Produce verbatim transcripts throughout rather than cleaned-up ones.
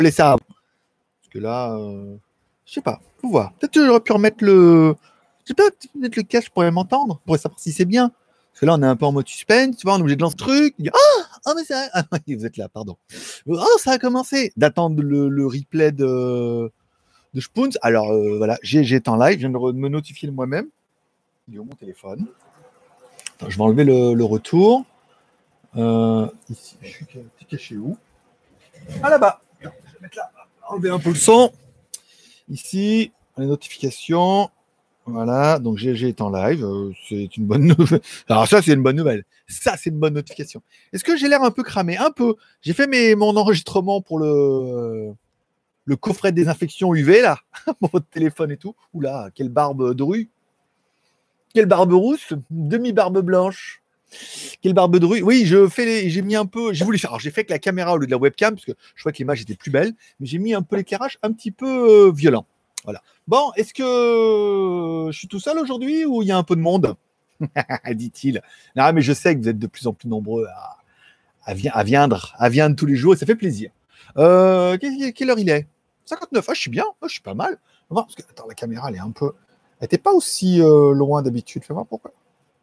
laisser ça. Parce que là, euh, je sais pas, faut voir. Peut-être que j'aurais pu remettre le. Je sais pas, peut-être le casque, je pourrais m'entendre, pour savoir si c'est bien. Parce que là, on est un peu en mode suspense, tu vois, on est obligé de lancer le truc. Ah, oh, oh, mais ça. Ah, vous êtes là, pardon. Oh, ça a commencé. D'attendre le, le replay de, de Spoons. Alors, euh, voilà, j'ai, j'ai été en live, je viens de me notifier de moi-même. Il est où mon téléphone? Attends, je vais enlever le, le retour. Euh, ici, je suis caché où? Ah, là-bas. Je vais mettre là. Enlever un peu le son. Ici, les notifications. Voilà, donc G G est en live. Euh, c'est une bonne nouvelle. Alors, ça, c'est une bonne nouvelle. Ça, c'est une bonne notification. Est-ce que j'ai l'air un peu cramé? Un peu. J'ai fait mes, mon enregistrement pour le, le coffret de désinfection U V, là, pour votre téléphone et tout. Oula, quelle barbe de rue. Quelle barbe rousse, demi-barbe blanche. Quelle barbe de rue. Oui, je fais les, j'ai mis un peu, j'ai voulu faire, alors j'ai fait avec la caméra au lieu de la webcam, parce que je crois que l'image était plus belle, mais j'ai mis un peu l'éclairage un petit peu euh, violent. Voilà. Bon, est-ce que je suis tout seul aujourd'hui ou il y a un peu de monde? Dit-il. Non, mais je sais que vous êtes de plus en plus nombreux à, à, vi- à viendre, à viendre tous les jours, et ça fait plaisir. Euh, quelle, quelle heure il est? cinquante-neuf. Ah, je suis bien, ah, je suis pas mal. On va voir, parce que, attends, la caméra, elle est un peu. Elle n'était pas aussi euh, loin d'habitude. Fais voir pourquoi.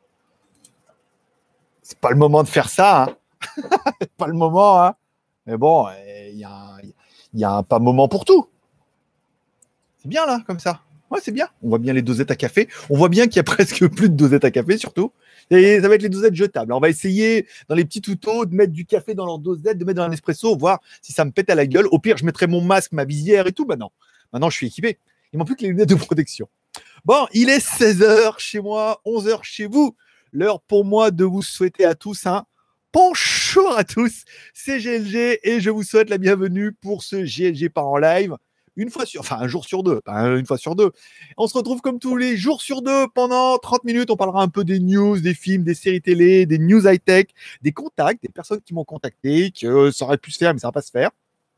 C'est pas le moment de faire ça, hein. C'est pas le moment, hein. Mais bon, il y a, y a un pas moment pour tout. C'est bien là, comme ça. Ouais, c'est bien. On voit bien les dosettes à café. On voit bien qu'il y a presque plus de dosettes à café, surtout. Et ça va être les dosettes jetables. On va essayer, dans les petits tutos, de mettre du café dans leurs dosettes, de mettre dans un espresso, voir si ça me pète à la gueule. Au pire, je mettrai mon masque, ma visière et tout. Bah non. Maintenant, je suis équipé. Il manque plus que les lunettes de protection. Bon, il est seize heures chez moi, onze heures chez vous. L'heure pour moi de vous souhaiter à tous un bonjour à tous. C'est G L G et je vous souhaite la bienvenue pour ce G L G par en live. Une fois sur, enfin un jour sur deux, pas une fois sur deux. On se retrouve comme tous les jours sur deux pendant trente minutes. On parlera un peu des news, des films, des séries télé, des news high-tech, des contacts, des personnes qui m'ont contacté, que ça aurait pu se faire mais ça va pas se faire.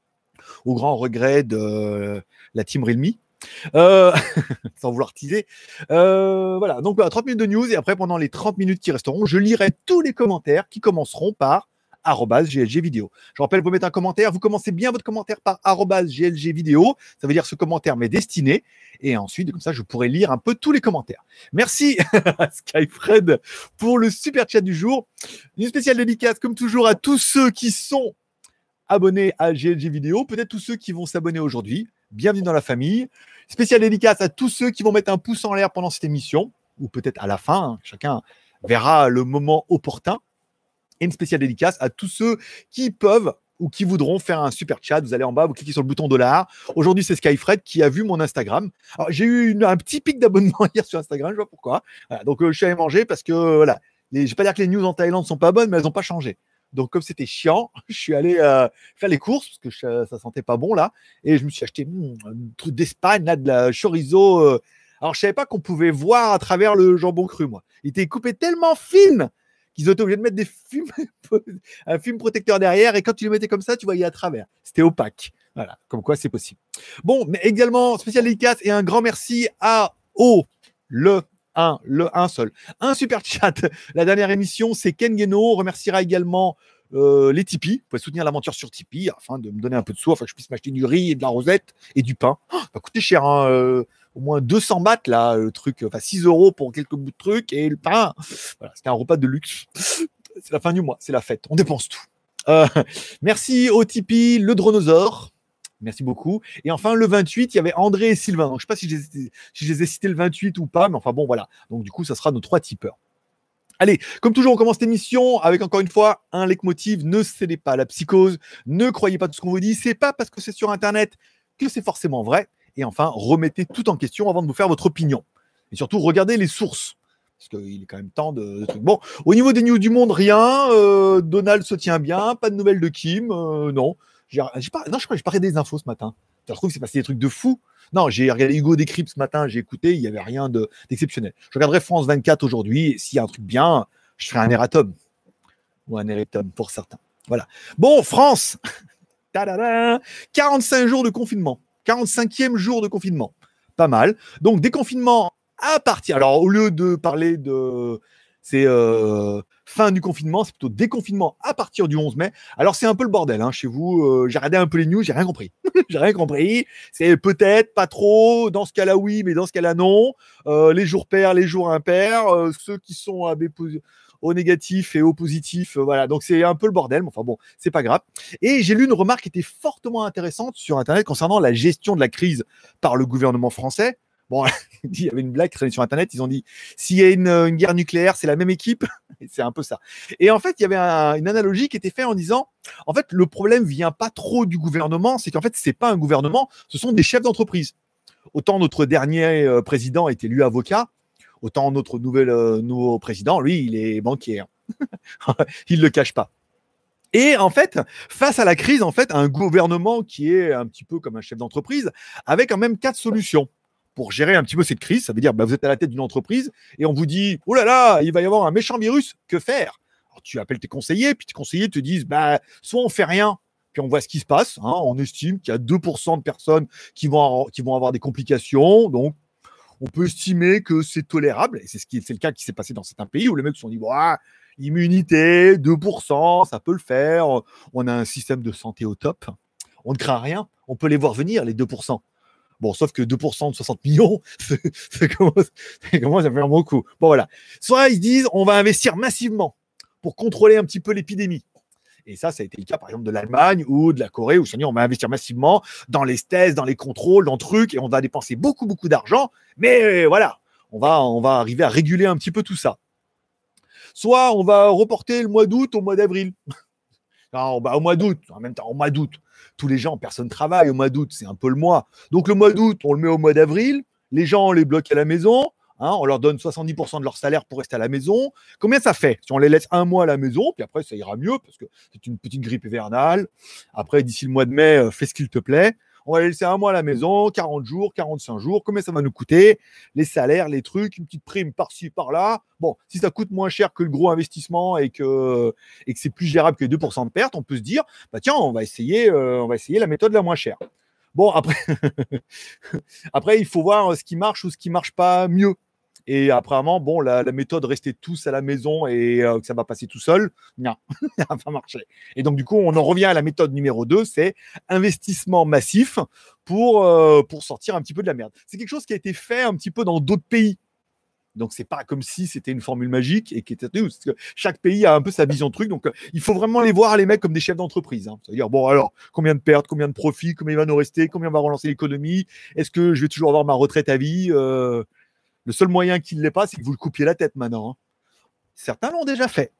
Au grand regret de la team Realme. Euh, sans vouloir teaser. Euh, voilà, donc voilà, trente minutes de news et après, pendant les trente minutes qui resteront, je lirai tous les commentaires qui commenceront par arobase G L G vidéo. Je rappelle, vous mettez un commentaire, vous commencez bien votre commentaire par arobase G L G vidéo, ça veut dire ce commentaire m'est destiné, et ensuite, comme ça, je pourrai lire un peu tous les commentaires. Merci à Skyfred pour le super chat du jour. Une spéciale dédicace, comme toujours, à tous ceux qui sont abonnés à G L G vidéo, peut-être tous ceux qui vont s'abonner aujourd'hui. Bienvenue dans la famille. Spéciale dédicace à tous ceux qui vont mettre un pouce en l'air pendant cette émission, ou peut-être à la fin, hein, chacun verra le moment opportun. Et une spéciale dédicace à tous ceux qui peuvent ou qui voudront faire un super chat. Vous allez en bas, vous cliquez sur le bouton dollar. Aujourd'hui, c'est Skyfred qui a vu mon Instagram. Alors, j'ai eu une, un petit pic d'abonnement hier sur Instagram, je vois pourquoi. Voilà, donc, euh, je suis allé manger parce que, euh, voilà, les, je ne vais pas dire que les news en Thaïlande ne sont pas bonnes, mais elles n'ont pas changé. Donc, comme c'était chiant, je suis allé euh, faire les courses parce que je, ça sentait pas bon là. Et je me suis acheté hmm, un truc d'Espagne, là, de la chorizo. Euh. Alors, je savais pas qu'on pouvait voir à travers le jambon cru, moi. Il était coupé tellement fine qu'ils étaient obligés de mettre des films, un film protecteur derrière. Et quand tu le mettais comme ça, tu voyais à travers. C'était opaque. Voilà, comme quoi c'est possible. Bon, mais également, spécial dédicace et un grand merci à O, le un, le un seul. Un super chat. La dernière émission, c'est Ken Guéno. On remerciera également euh, les Tipeee. Vous pouvez soutenir l'aventure sur Tipeee afin de me donner un peu de sous, afin que je puisse m'acheter du riz et de la rosette et du pain. Oh, ça va coûter cher, hein, euh, au moins deux cents bahts, là, le truc. Enfin, six euros pour quelques bouts de trucs et le pain. Voilà, c'était un repas de luxe. C'est la fin du mois, c'est la fête. On dépense tout. Euh, merci au Tipeee, le dronosaure. Merci beaucoup. Et enfin, le vingt-huit, il y avait André et Sylvain. Donc, je ne sais pas si je, les, si je les ai cités le vingt-huit ou pas, mais enfin bon, voilà. Donc, du coup, ça sera nos trois tipeurs. Allez, comme toujours, on commence cette émission avec encore une fois un leitmotiv. Ne cédez pas à la psychose. Ne croyez pas tout ce qu'on vous dit. C'est pas parce que c'est sur Internet que c'est forcément vrai. Et enfin, remettez tout en question avant de vous faire votre opinion. Et surtout, regardez les sources. Parce qu'il est quand même temps de, de trucs. Bon, au niveau des news du monde, rien. Euh, Donald se tient bien. Pas de nouvelles de Kim. Euh, non. J'ai, j'ai pas, non, je crois que j'ai pas regardé des infos ce matin. Je trouve que c'est passé des trucs de fou. Non, j'ai regardé Hugo Décrypte ce matin, j'ai écouté, il n'y avait rien de, d'exceptionnel. Je regarderai France vingt-quatre aujourd'hui, et s'il y a un truc bien, je ferai un erratum. Ou un erratum pour certains. Voilà. Bon, France Tadada quarante-cinq jours de confinement. quarante-cinquième jour de confinement. Pas mal. Donc, déconfinement à partir. Alors, au lieu de parler de C'est euh, fin du confinement, c'est plutôt déconfinement à partir du onze mai. Alors c'est un peu le bordel hein, chez vous. Euh, j'ai regardé un peu les news, j'ai rien compris. j'ai rien compris. C'est peut-être pas trop. Dans ce cas-là oui, mais dans ce cas-là non. Euh, les jours pairs, les jours impairs. Euh, ceux qui sont à B au négatif et au positif, euh, voilà. Donc c'est un peu le bordel. Mais enfin bon, c'est pas grave. Et j'ai lu une remarque qui était fortement intéressante sur Internet concernant la gestion de la crise par le gouvernement français. Bon, il y avait une blague traînée sur Internet. Ils ont dit s'il y a une, une guerre nucléaire, c'est la même équipe. Et c'est un peu ça. Et en fait, il y avait un, une analogie qui était faite en disant en fait, le problème vient pas trop du gouvernement, c'est qu'en fait, c'est pas un gouvernement, ce sont des chefs d'entreprise. Autant notre dernier euh, président est élu avocat, autant notre nouvel, euh, nouveau président, lui, il est banquier. Hein. Il le cache pas. Et en fait, face à la crise, en fait, un gouvernement qui est un petit peu comme un chef d'entreprise, avec quand même quatre solutions pour gérer un petit peu cette crise. Ça veut dire, bah, vous êtes à la tête d'une entreprise et on vous dit, oh là là, il va y avoir un méchant virus, que faire? Alors, tu appelles tes conseillers, puis tes conseillers te disent, bah, soit on fait rien, puis on voit ce qui se passe. Hein, on estime qu'il y a deux pour cent de personnes qui vont, avoir, qui vont avoir des complications, donc on peut estimer que c'est tolérable. Et c'est, ce qui, c'est le cas qui s'est passé dans certains pays où les mecs se sont dit, bah, immunité, deux pour cent, ça peut le faire. On a un système de santé au top. On ne craint rien. On peut les voir venir, les deux pour cent. Bon, sauf que deux pour cent de soixante millions, ça commence, ça commence à faire beaucoup. Bon, voilà. Soit ils se disent, on va investir massivement pour contrôler un petit peu l'épidémie. Et ça, ça a été le cas, par exemple, de l'Allemagne ou de la Corée, où on va investir massivement dans les tests, dans les contrôles, dans le truc, et on va dépenser beaucoup, beaucoup d'argent. Mais voilà, on va, on va arriver à réguler un petit peu tout ça. Soit on va reporter le mois d'août au mois d'avril. Non, bah, au mois d'août, en même temps, au mois d'août, tous les gens, personne ne travaille au mois d'août, c'est un peu le mois. Donc le mois d'août, on le met au mois d'avril, les gens, on les bloque à la maison, hein, on leur donne soixante-dix pour cent de leur salaire pour rester à la maison. Combien ça fait si on les laisse un mois à la maison, puis après ça ira mieux, parce que c'est une petite grippe hivernale. Après, d'ici le mois de mai, euh, fais ce qu'il te plaît. On va les laisser un mois à la maison, quarante jours, quarante-cinq jours. Combien ça va nous coûter? Les salaires, les trucs, une petite prime par-ci, par-là. Bon, si ça coûte moins cher que le gros investissement et que, et que c'est plus gérable que les deux pour cent de perte, on peut se dire, bah tiens, on va essayer, euh, on va essayer la méthode la moins chère. Bon, après, après, il faut voir ce qui marche ou ce qui marche pas mieux. Et apparemment, bon, la, la méthode rester tous à la maison et euh, que ça va passer tout seul, non, ça va pas marcher. Et donc, du coup, on en revient à la méthode numéro deux, c'est investissement massif pour, euh, pour sortir un petit peu de la merde. C'est quelque chose qui a été fait un petit peu dans d'autres pays. Donc, c'est pas comme si c'était une formule magique et qui était. Chaque pays a un peu sa vision de truc. Donc, euh, il faut vraiment les voir, les mecs, comme des chefs d'entreprise. Hein. C'est-à-dire, bon, alors, combien de pertes, combien de profits, combien il va nous rester, combien va relancer l'économie, est-ce que je vais toujours avoir ma retraite à vie euh... Le seul moyen qu'il ne l'ait pas, c'est que vous le coupiez la tête maintenant. Hein. Certains l'ont déjà fait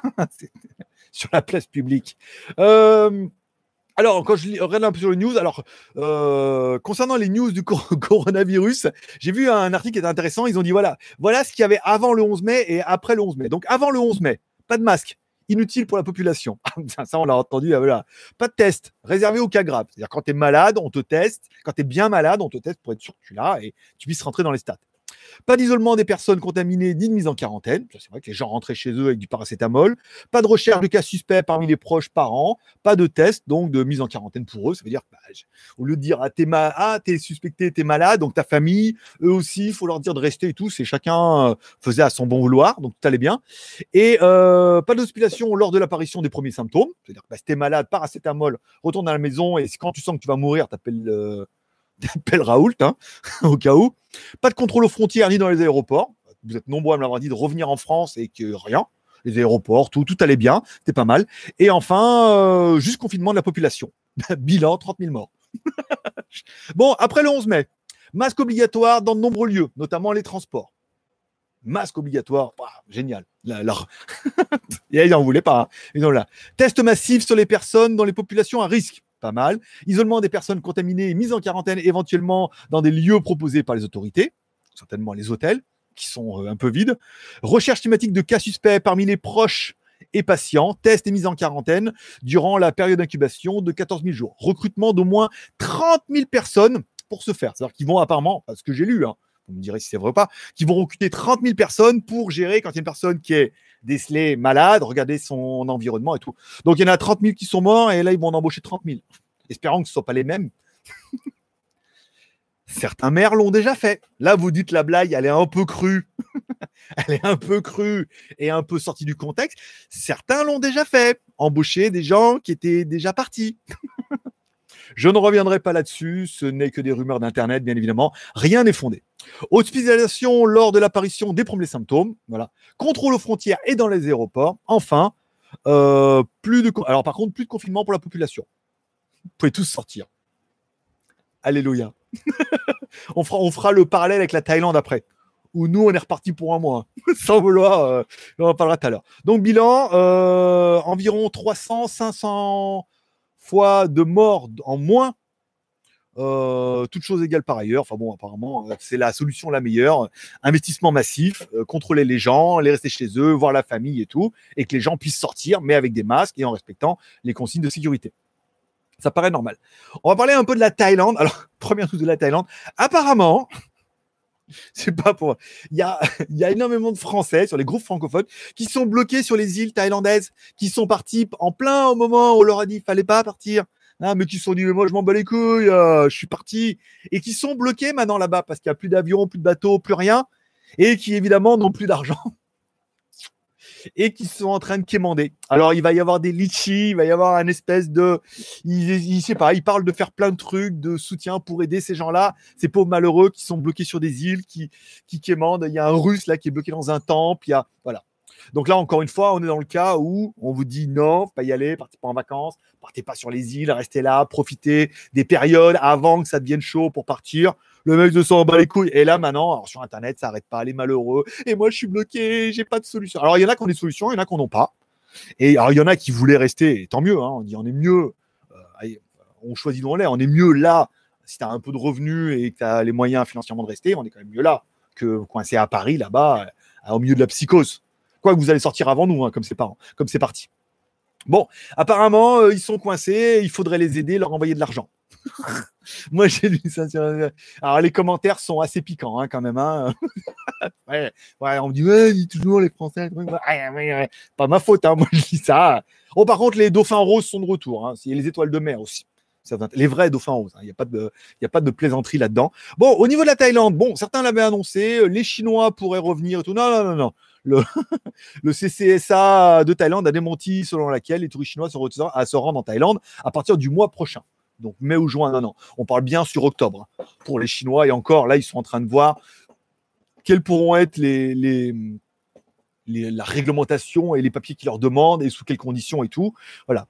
sur la place publique. Euh, alors, quand je regarde un peu sur les news, alors euh, concernant les news du coronavirus, j'ai vu un article qui était intéressant. Ils ont dit voilà, voilà ce qu'il y avait avant le onze mai et après le onze mai. Donc, avant le onze mai, pas de masque, inutile pour la population. Ça, on l'a entendu. Voilà. Pas de test, réservé aux cas graves. C'est-à-dire quand tu es malade, on te teste. Quand tu es bien malade, on te teste pour être sûr que tu l'as et tu puisses rentrer dans les stats. Pas d'isolement des personnes contaminées ni de mise en quarantaine. C'est vrai que les gens rentraient chez eux avec du paracétamol. Pas de recherche de cas suspects parmi les proches parents. Pas de test, donc de mise en quarantaine pour eux. Ça veut dire, bah, au lieu de dire ah, t'es, ma- ah, t'es suspecté, t'es malade, donc ta famille, eux aussi, il faut leur dire de rester et tout. C'est chacun faisait à son bon vouloir, donc tout allait bien. Et euh, pas d'hospitalisation lors de l'apparition des premiers symptômes. C'est-à-dire que bah, si t'es malade, paracétamol, retourne à la maison et quand tu sens que tu vas mourir, t'appelles. Euh, T'appelles Raoult, hein, au cas où. Pas de contrôle aux frontières ni dans les aéroports. Vous êtes nombreux à me l'avoir dit de revenir en France et que rien. Les aéroports, tout, tout allait bien. C'était pas mal. Et enfin, euh, juste confinement de la population. Bilan, trente mille morts. Bon, après le onze mai, masque obligatoire dans de nombreux lieux, notamment les transports. Masque obligatoire, wow, génial. La, la... Et ils n'en voulaient pas. Hein. Ils ont là. Test massif sur les personnes dans les populations à risque. Pas mal. Isolement des personnes contaminées et mise en quarantaine éventuellement dans des lieux proposés par les autorités, certainement les hôtels, qui sont euh, un peu vides. Recherche thématique de cas suspects parmi les proches et patients. Test et mise en quarantaine durant la période d'incubation de quatorze mille jours. Recrutement d'au moins trente mille personnes pour ce faire. C'est-à-dire qu'ils vont apparemment, ce que j'ai lu, hein, vous me direz si c'est vrai ou pas, qu'ils vont recruter trente mille personnes pour gérer quand il y a une personne qui est décelée malade, regarder son environnement et tout. Donc, il y en a trente mille qui sont morts et là, ils vont en embaucher trente mille. Espérant que ce ne soient pas les mêmes. Certains maires l'ont déjà fait. Là, vous dites la blague, elle est un peu crue. Elle est un peu crue et un peu sortie du contexte. Certains l'ont déjà fait. Embaucher des gens qui étaient déjà partis. Je ne reviendrai pas là-dessus. Ce n'est que des rumeurs d'Internet, bien évidemment. Rien n'est fondé. Hospitalisation lors de l'apparition des premiers symptômes. Voilà. Contrôle aux frontières et dans les aéroports. Enfin, euh, plus de... Alors par contre, plus de confinement pour la population. Vous pouvez tous sortir. Alléluia. on, fera, on fera le parallèle avec la Thaïlande après, où nous, on est reparti pour un mois. Sans vouloir, euh, on en parlera tout à l'heure. Donc, bilan, euh, environ trois cents, cinq cents fois de morts en moins. Euh, toutes choses égales par ailleurs. Enfin bon, apparemment, c'est la solution la meilleure. Investissement massif, euh, contrôler les gens, les rester chez eux, voir la famille et tout, et que les gens puissent sortir, mais avec des masques et en respectant les consignes de sécurité. Ça paraît normal. On va parler un peu de la Thaïlande. Alors, première chose de la Thaïlande. Apparemment, c'est pas pour. Il y a, il y a énormément de Français sur les groupes francophones qui sont bloqués sur les îles thaïlandaises, qui sont partis en plein au moment où on leur a dit qu'il fallait pas partir. Ah, mais qui se sont dit, mais moi je m'en bats les couilles, euh, je suis parti. Et qui sont bloqués maintenant là-bas parce qu'il n'y a plus d'avions, plus de bateaux, plus rien. Et qui évidemment n'ont plus d'argent. Et qui sont en train de quémander. Alors, il va y avoir des litchis, il va y avoir un espèce de... Il, il, je sais pas, il parle de faire plein de trucs, de soutien pour aider ces gens-là, ces pauvres malheureux qui sont bloqués sur des îles, qui, qui quémandent. Il y a un Russe là qui est bloqué dans un temple, il y a... Voilà. Donc là, encore une fois, on est dans le cas où on vous dit non, faut pas y aller, partez pas en vacances, partez pas sur les îles, restez là, profitez des périodes avant que ça devienne chaud pour partir. Le mec de s'en bat les couilles. Et là, maintenant, alors sur Internet, ça n'arrête pas, les malheureux. Et moi, je suis bloqué, j'ai pas de solution. Alors, il y en a qui ont des solutions, il y en a qui n'en ont pas. Et alors, il y en a qui voulaient rester, et tant mieux, hein, on dit on est mieux, euh, on choisit d'où on est, on est mieux là, si tu as un peu de revenus et que tu as les moyens financièrement de rester, on est quand même mieux là que coincé à Paris, là-bas, au milieu de la psychose. Quoi que vous allez sortir avant nous, hein, comme c'est pas, comme c'est parti. Bon, apparemment, euh, ils sont coincés, il faudrait les aider, leur envoyer de l'argent. Moi, j'ai lu ça sur... Alors, les commentaires sont assez piquants, hein, quand même. Hein. ouais, ouais, on me dit, ouais, dit toujours les Français. Ouais, ouais, ouais. Pas ma faute, hein, moi, je dis ça. Oh, par contre, les dauphins roses sont de retour. Hein. Il y a les étoiles de mer aussi. Les vrais dauphins roses. Il hein. n'y a pas de, il y a pas de plaisanterie là-dedans. Bon, au niveau de la Thaïlande, bon, certains l'avaient annoncé. Les Chinois pourraient revenir et tout. Non, non, non, non. Le, le C C S A de Thaïlande a démenti selon laquelle les touristes chinois sont à se rendre en Thaïlande à partir du mois prochain. Donc mai ou juin, non, non. On parle bien sur octobre hein, pour les Chinois. Et encore, là, ils sont en train de voir quelles pourront être les, les, les, la réglementation et les papiers qu'ils leur demandent et sous quelles conditions et tout. Voilà.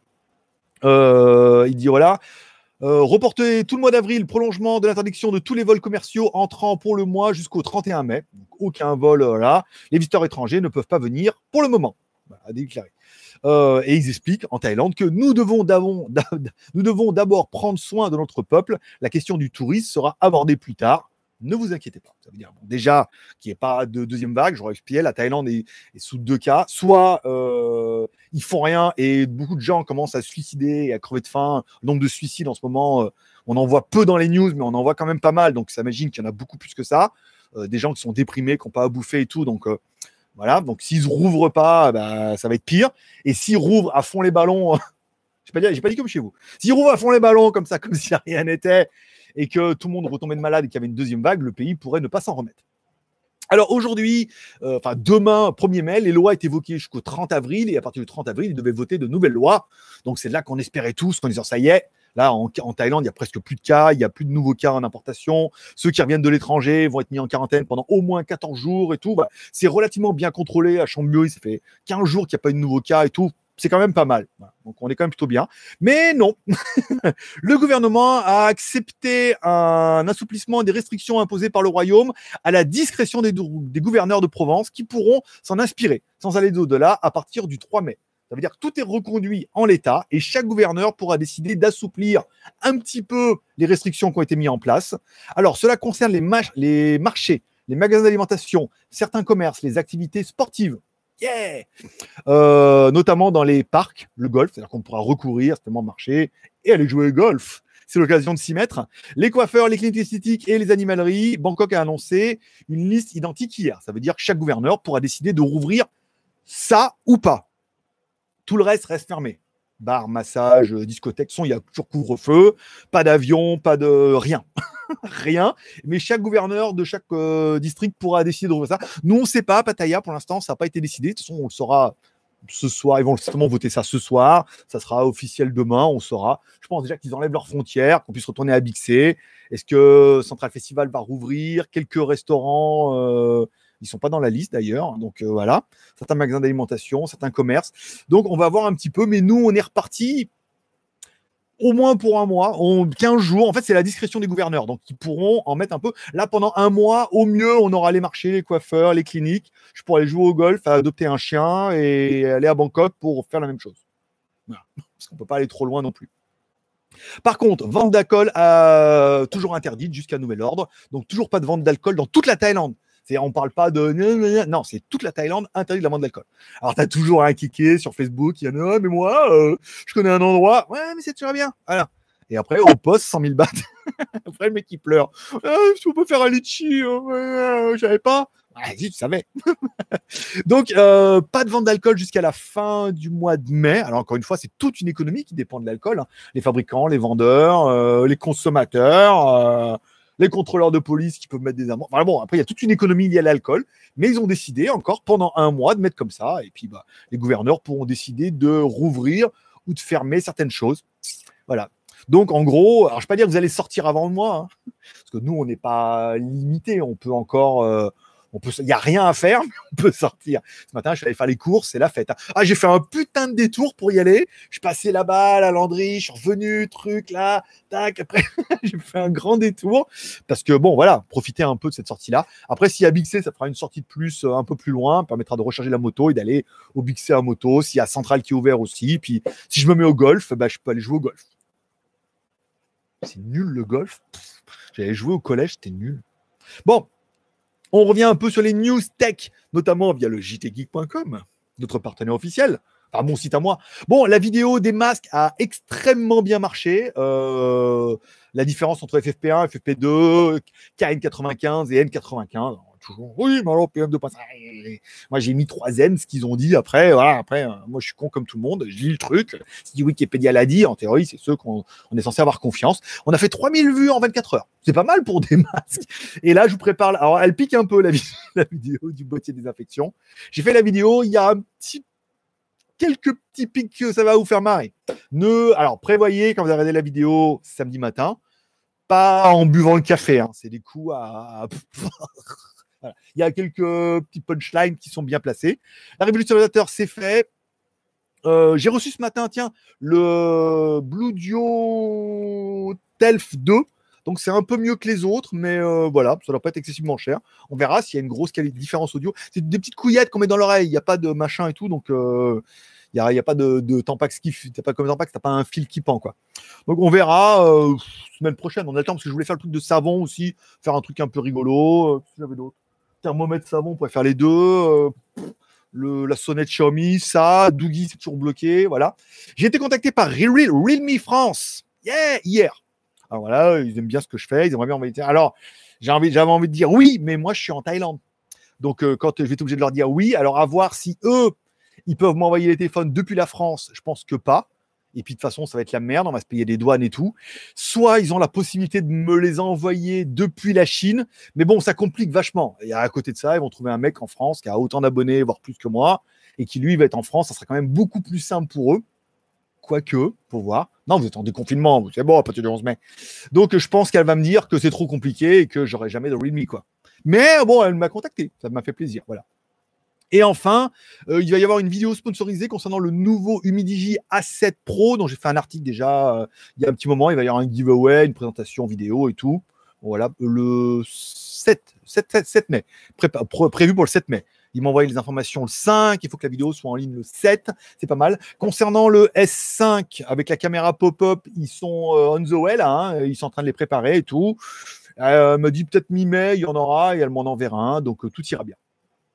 Euh, il dit voilà. Euh, reporter tout le mois d'avril, prolongement de l'interdiction de tous les vols commerciaux entrant pour le mois jusqu'au trente et un mai. Donc, aucun vol, voilà. Les visiteurs étrangers ne peuvent pas venir pour le moment. Voilà, déclaré. Euh, et ils expliquent en Thaïlande que nous devons, nous devons d'abord prendre soin de notre peuple. La question du tourisme sera abordée plus tard. Ne vous inquiétez pas. Ça veut dire bon, déjà qu'il n'y ait pas de deuxième vague. J'aurais expliqué, la Thaïlande est, est sous deux cas. Soit euh, ils font rien et beaucoup de gens commencent à se suicider et à crever de faim. Le nombre de suicides en ce moment, euh, on en voit peu dans les news, mais on en voit quand même pas mal. Donc ça imagine qu'il y en a beaucoup plus que ça. Euh, des gens qui sont déprimés, qui n'ont pas à bouffer et tout. Donc euh, voilà. Donc s'ils ne rouvrent pas, bah, ça va être pire. Et s'ils rouvrent à fond les ballons, j'ai pas dit, j'ai pas dit comme chez vous. S'ils rouvrent à fond les ballons comme ça, comme si rien n'était, et que tout le monde retombait de malade et qu'il y avait une deuxième vague, le pays pourrait ne pas s'en remettre. Alors aujourd'hui, euh, enfin demain, premier mai, les lois étaient évoquées jusqu'au trente avril, et à partir du trente avril, ils devaient voter de nouvelles lois. Donc c'est là qu'on espérait tous, qu'en disant ça y est, là en, en Thaïlande, il y a presque plus de cas, il n'y a plus de nouveaux cas en importation. Ceux qui reviennent de l'étranger vont être mis en quarantaine pendant au moins quatorze jours et tout. Bah, c'est relativement bien contrôlé. À Chambéry, ça fait quinze jours qu'il n'y a pas eu de nouveaux cas et tout. C'est quand même pas mal. Voilà. Donc, on est quand même plutôt bien. Mais non, le gouvernement a accepté un assouplissement des restrictions imposées par le royaume à la discrétion des, des gouverneurs de Provence qui pourront s'en inspirer sans aller au-delà à partir du trois mai. Ça veut dire que tout est reconduit en l'état et chaque gouverneur pourra décider d'assouplir un petit peu les restrictions qui ont été mises en place. Alors, cela concerne les, ma- les marchés, les magasins d'alimentation, certains commerces, les activités sportives. Yeah euh, notamment dans les parcs, le golf, c'est-à-dire qu'on pourra recourir simplement marcher et aller jouer au golf. C'est l'occasion de s'y mettre. Les coiffeurs, les cliniques esthétiques et les animaleries, Bangkok a annoncé une liste identique hier. Ça veut dire que chaque gouverneur pourra décider de rouvrir ça ou pas. Tout le reste reste fermé. Bar, massage, discothèque, son, il y a toujours couvre-feu, pas d'avion, pas de rien. rien. Mais chaque gouverneur de chaque euh, district pourra décider de rouvrir ça. Nous, on ne sait pas, Pattaya, pour l'instant, ça n'a pas été décidé. De toute façon, on le saura ce soir. Ils vont certainement voter ça ce soir. Ça sera officiel demain, on saura. Je pense déjà qu'ils enlèvent leurs frontières, qu'on puisse retourner à Bixé. Est-ce que Central Festival va rouvrir? Quelques restaurants, euh, ils ne sont pas dans la liste d'ailleurs. Donc euh, voilà, certains magasins d'alimentation, certains commerces. Donc on va voir un petit peu, mais nous, on est reparti au moins pour un mois, on, quinze jours. En fait, c'est la discrétion des gouverneurs. Donc, ils pourront en mettre un peu. Là, pendant un mois, au mieux, on aura les marchés, les coiffeurs, les cliniques. Je pourrais aller jouer au golf, adopter un chien et aller à Bangkok pour faire la même chose. Voilà. Parce qu'on ne peut pas aller trop loin non plus. Par contre, vente d'alcool euh, toujours interdite jusqu'à nouvel ordre. Donc, toujours pas de vente d'alcool dans toute la Thaïlande. C'est, on ne parle pas de... Non, c'est toute la Thaïlande interdit de la vente d'alcool. Alors, tu as toujours un kiké sur Facebook qui dit oh, « mais moi, euh, je connais un endroit. » Ouais, mais c'est toujours bien. Voilà. Et après, au poste, cent mille bahts. Après, le mec, il pleure. Ah, « on peut faire un litchi. Euh, je savais pas. » Ouais, si, tu savais. Donc, euh, pas de vente d'alcool jusqu'à la fin du mois de mai. Alors, encore une fois, c'est toute une économie qui dépend de l'alcool. Hein. Les fabricants, les vendeurs, euh, les consommateurs... Euh, les contrôleurs de police qui peuvent mettre des amendes. Enfin bon, après, il y a toute une économie liée à l'alcool, mais ils ont décidé encore pendant un mois de mettre comme ça, et puis bah, les gouverneurs pourront décider de rouvrir ou de fermer certaines choses. Voilà. Donc, en gros, alors je ne vais pas dire que vous allez sortir avant le mois, hein, parce que nous, on n'est pas limité, on peut encore... Euh, on peut, il n'y a rien à faire, mais on peut sortir. Ce matin, je suis allé faire les courses, c'est la fête. Hein. Ah, j'ai fait un putain de détour pour y aller. Je suis passé là-bas à la Landry, je suis revenu, truc là, tac. Après, j'ai fait un grand détour parce que bon, voilà, profiter un peu de cette sortie-là. Après, s'il y a Bixé, ça fera une sortie de plus euh, un peu plus loin, permettra de recharger la moto et d'aller au Bixé à moto. S'il y a Central qui est ouvert aussi, puis si je me mets au golf, bah, je peux aller jouer au golf. C'est nul le golf. Pff, j'avais joué au collège, c'était nul. Bon. On revient un peu sur les news tech, notamment via le j t geek point com, notre partenaire officiel, enfin mon site à moi. Bon, la vidéo des masques a extrêmement bien marché. Euh, la différence entre F F P un, F F P deux, K N quatre-vingt-quinze et N quatre-vingt-quinze. Toujours, oui, mais alors P M deux point cinq. Moi, j'ai mis trois N, ce qu'ils ont dit. Après, voilà, après, euh, moi, je suis con comme tout le monde. Je lis le truc. Si Wikipédia l'a dit, en théorie, c'est ceux qu'on on est censé avoir confiance. On a fait trois mille vues en vingt-quatre heures. C'est pas mal pour des masques. Et là, je vous prépare. Alors, elle pique un peu la, vid- la vidéo du bottier des infections. J'ai fait la vidéo. Il y a un petit, quelques petits pics que ça va vous faire marrer. Ne, alors, prévoyez quand vous regardez la vidéo samedi matin, pas en buvant le café. Hein. C'est des coups à. Voilà. Il y a quelques petits punchlines qui sont bien placés. La révolution ordinateur, c'est fait. Euh, j'ai reçu ce matin, tiens, le Bluedio Telf deux. Donc, c'est un peu mieux que les autres, mais euh, voilà, ça ne doit pas être excessivement cher. On verra s'il y a une grosse qualité, différence audio. C'est des petites couillettes qu'on met dans l'oreille. Il n'y a pas de machin et tout. Donc, euh, il n'y a, y a pas de, de Tampax qui... Tu n'as pas comme Tampax, tu n'as pas un fil qui pend, quoi. Donc, on verra euh, semaine prochaine. On a le temps parce que je voulais faire le truc de savon aussi, faire un truc un peu rigolo. Euh, qu'est-ce que j'avais d'autre? Thermomètre savon, on pourrait faire les deux. Euh, le, la sonnette Xiaomi, ça, Doogie, c'est toujours bloqué. Voilà. J'ai été contacté par Real, Realme France. Yeah, hier. Alors voilà, ils aiment bien ce que je fais. Ils aimeraient bien envoyer. Alors, j'ai envie, j'avais envie de dire oui, mais moi, je suis en Thaïlande. Donc, euh, quand je vais être obligé de leur dire oui, alors à voir si eux, ils peuvent m'envoyer les téléphones depuis la France. Je pense que pas. Et puis de toute façon, ça va être la merde, on va se payer des douanes et tout. Soit ils ont la possibilité de me les envoyer depuis la Chine, mais bon, ça complique vachement. Et à côté de ça, ils vont trouver un mec en France qui a autant d'abonnés, voire plus que moi, et qui lui va être en France, ça sera quand même beaucoup plus simple pour eux. Quoique, pour voir. Non, vous êtes en déconfinement, c'est bon, à partir du onze mai. Donc je pense qu'elle va me dire que c'est trop compliqué et que j'aurai jamais de Realme, quoi. Mais bon, elle m'a contacté, ça m'a fait plaisir, voilà. Et enfin, euh, il va y avoir une vidéo sponsorisée concernant le nouveau Humidigi A sept Pro, dont j'ai fait un article déjà euh, il y a un petit moment. Il va y avoir un giveaway, une présentation vidéo et tout. Voilà, le sept mai, Pré- pré- prévu pour le sept mai. Il m'a envoyé les informations le cinq, il faut que la vidéo soit en ligne le sept, c'est pas mal. Concernant le S cinq, avec la caméra pop-up, ils sont euh, on the way là, hein, ils sont en train de les préparer et tout. Euh, elle me dit peut-être mi-mai, il y en aura, et elle m'en enverra un, donc euh, tout ira bien.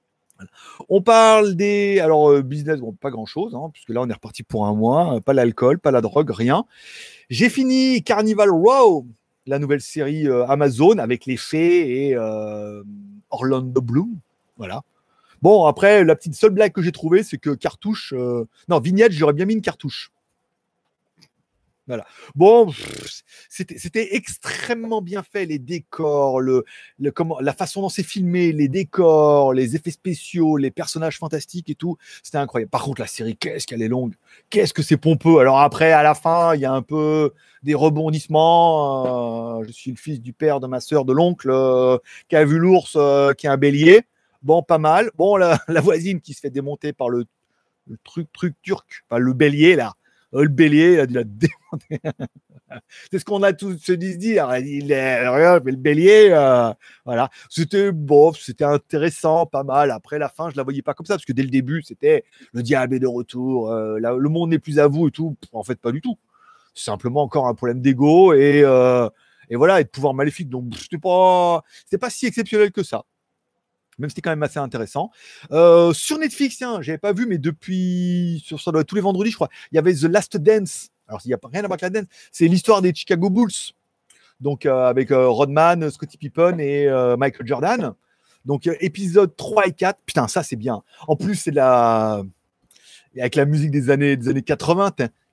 On parle des alors euh, business, bon, pas grand chose, hein, puisque là on est reparti pour un mois, euh, pas l'alcool, pas la drogue, rien. J'ai fini Carnival Row, la nouvelle série euh, Amazon avec les fées et euh, Orlando Bloom, voilà. Bon après la petite seule blague que j'ai trouvée, c'est que cartouche, euh, non vignette, j'aurais bien mis une cartouche. Voilà. Bon, pff, c'était, c'était extrêmement bien fait, les décors, le, le, comment, la façon dont c'est filmé, les décors, les effets spéciaux, les personnages fantastiques et tout. C'était incroyable. Par contre, la série, qu'est-ce qu'elle est longue. Qu'est-ce que c'est pompeux. Alors après, à la fin, il y a un peu des rebondissements. Euh, je suis le fils du père de ma sœur, de l'oncle, euh, qui a vu l'ours, euh, qui est un bélier. Bon, pas mal. Bon, la, la voisine qui se fait démonter par le, le truc, truc turc, enfin, le bélier, là. Euh, le bélier, il a dû la démonter. C'est ce qu'on a tous se dit dire. Il est rien, mais le bélier, euh, voilà. C'était bon, c'était intéressant, pas mal. Après la fin, je la voyais pas comme ça parce que dès le début, c'était le diable est de retour, euh, la, le monde n'est plus à vous et tout. En fait, pas du tout. C'est simplement encore un problème d'ego et euh, et voilà, et de pouvoir maléfique. Donc c'était pas, c'était pas si exceptionnel que ça. Même si c'était quand même assez intéressant. Euh, sur Netflix, tiens, j'avais pas vu, mais depuis, sur, ça doit être tous les vendredis, je crois, il y avait The Last Dance. Alors, il n'y a pas rien à voir avec la dance. C'est l'histoire des Chicago Bulls. Donc, euh, avec euh, Rodman, Scottie Pippen et euh, Michael Jordan. Donc, euh, épisode trois et quatre. Putain, ça, c'est bien. En plus, c'est de la. Avec la musique des années, des années quatre-vingts.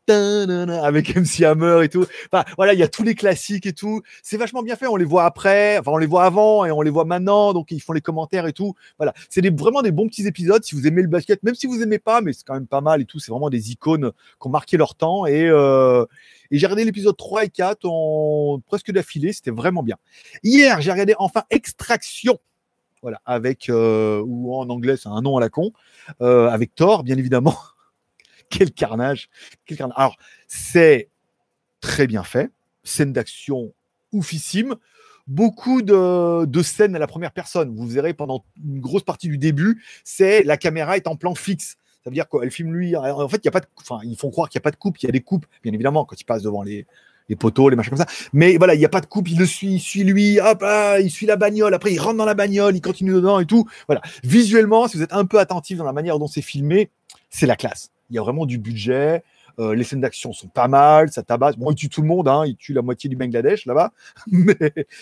Avec M C Hammer et tout. Enfin, voilà, il y a tous les classiques et tout. C'est vachement bien fait. On les voit après, enfin, on les voit avant et on les voit maintenant. Donc, ils font les commentaires et tout. Voilà. C'est des, vraiment des bons petits épisodes. Si vous aimez le basket, même si vous aimez pas, mais c'est quand même pas mal et tout. C'est vraiment des icônes qui ont marqué leur temps. Et, euh, et j'ai regardé l'épisode trois et quatre en presque d'affilée. C'était vraiment bien. Hier, j'ai regardé enfin Extraction. Voilà. Avec, euh, ou en anglais, c'est un nom à la con. Euh, avec Thor, bien évidemment. Quel carnage, quel carnage. Alors, c'est très bien fait. Scène d'action oufissime. Beaucoup de, de scènes à la première personne. Vous verrez pendant une grosse partie du début, c'est la caméra est en plan fixe. Ça veut dire qu'elle filme lui. En fait, il y a pas de, enfin, ils font croire qu'il n'y a pas de coupe. Il y a des coupes, bien évidemment, quand il passe devant les, les poteaux, les machins comme ça. Mais voilà, il n'y a pas de coupe. Il le suit, il suit lui. Hop, ah, il suit la bagnole. Après, il rentre dans la bagnole. Il continue dedans et tout. Voilà. Visuellement, si vous êtes un peu attentif dans la manière dont c'est filmé, c'est la classe. Il y a vraiment du budget. Euh, les scènes d'action sont pas mal, ça tabasse. Bon, il tue tout le monde, hein, il tue la moitié du Bangladesh là-bas. Mais,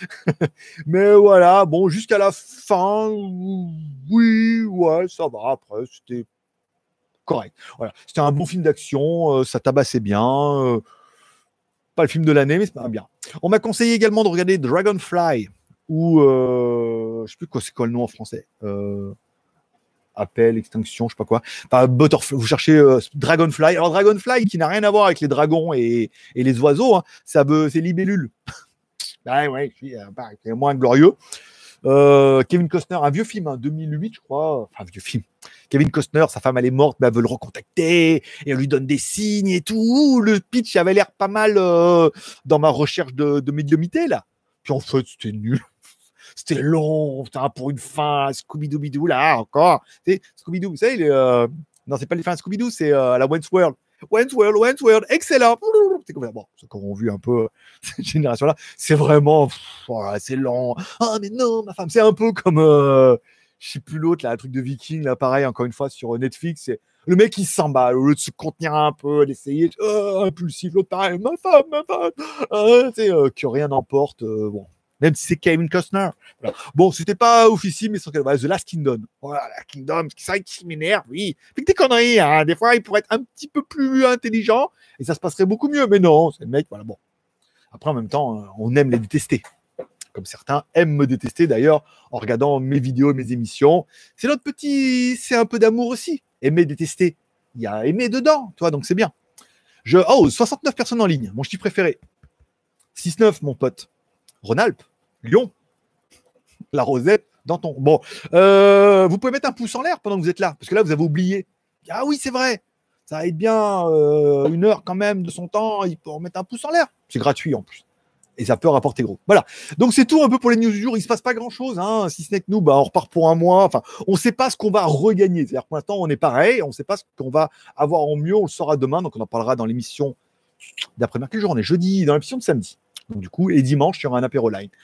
mais voilà, bon, jusqu'à la fin, oui, ouais, ça va. Après, c'était correct. Voilà, c'était un bon film d'action, euh, ça tabassait bien. Euh, pas le film de l'année, mais c'est pas bien. On m'a conseillé également de regarder Dragonfly, ou euh, je sais plus quoi, c'est quoi le nom en français. Euh, Appel, extinction, je sais pas quoi. Enfin, Butterfly, vous cherchez euh, Dragonfly. Alors, Dragonfly, qui n'a rien à voir avec les dragons et, et les oiseaux, hein, ça veut, c'est libellule. Ah ouais, c'est moins glorieux. Euh, Kevin Costner, un vieux film, hein, deux mille huit, je crois. Enfin, vieux film. Kevin Costner, sa femme, elle est morte, mais elle veut le recontacter et elle lui donne des signes et tout. Le pitch avait l'air pas mal euh, dans ma recherche de, de médiumité, là. Puis en fait, c'était nul. C'était long, putain, pour une fin, Scooby-Doo, là, encore. C'est Scooby-Doo, vous savez, les, euh... non, c'est pas les fins Scooby-Doo, c'est euh, la Wentworth World. Wentworth World, Wentworth World, excellent. C'est comme ça. Bon, ceux qui auront vu un peu cette génération-là, c'est vraiment, pff, oh, c'est lent. Ah, mais non, ma femme, c'est un peu comme, euh, je sais plus l'autre, là, un truc de Viking, là, pareil, encore une fois, sur Netflix. C'est le mec, il s'emballe, au lieu de se contenir un peu, d'essayer, oh, impulsif, l'autre, pareil, ma femme, ma femme, euh, tu sais, euh, que rien n'emporte, euh, bon. Même si c'est Kevin Costner. Voilà. Bon, c'était pas officiel, mais sans voilà, The Last Kingdom. Voilà, la Kingdom, c'est ça qui m'énerve, oui. Fait que des conneries, hein. Des fois, il pourrait être un petit peu plus intelligent et ça se passerait beaucoup mieux. Mais non, c'est le mec, voilà, bon. Après, en même temps, on aime les détester. Comme certains aiment me détester, d'ailleurs, en regardant mes vidéos, mes émissions. C'est notre petit, c'est un peu d'amour aussi. Aimer, détester. Il y a aimer dedans, toi, donc c'est bien. Je, oh, soixante-neuf personnes en ligne, mon chiffre préféré. six neuf, mon pote. Rhône-Alpes. Lyon, la Rosette, dans ton. Bon, euh, vous pouvez mettre un pouce en l'air pendant que vous êtes là, parce que là, vous avez oublié. Ah oui, c'est vrai, ça va être bien euh, une heure quand même de son temps, il peut en mettre un pouce en l'air. C'est gratuit en plus. Et ça peut rapporter gros. Voilà. Donc, c'est tout un peu pour les news du jour. Il ne se passe pas grand-chose, hein. Si ce n'est que nous, bah, on repart pour un mois. Enfin, on ne sait pas ce qu'on va regagner. C'est-à-dire que pour l'instant, on est pareil. On ne sait pas ce qu'on va avoir en mieux. On le saura demain. Donc, on en parlera dans l'émission d'après-midi. Quel jour on est jeudi, dans l'émission de samedi. Donc, du coup, et dimanche, il y aura un apéro line.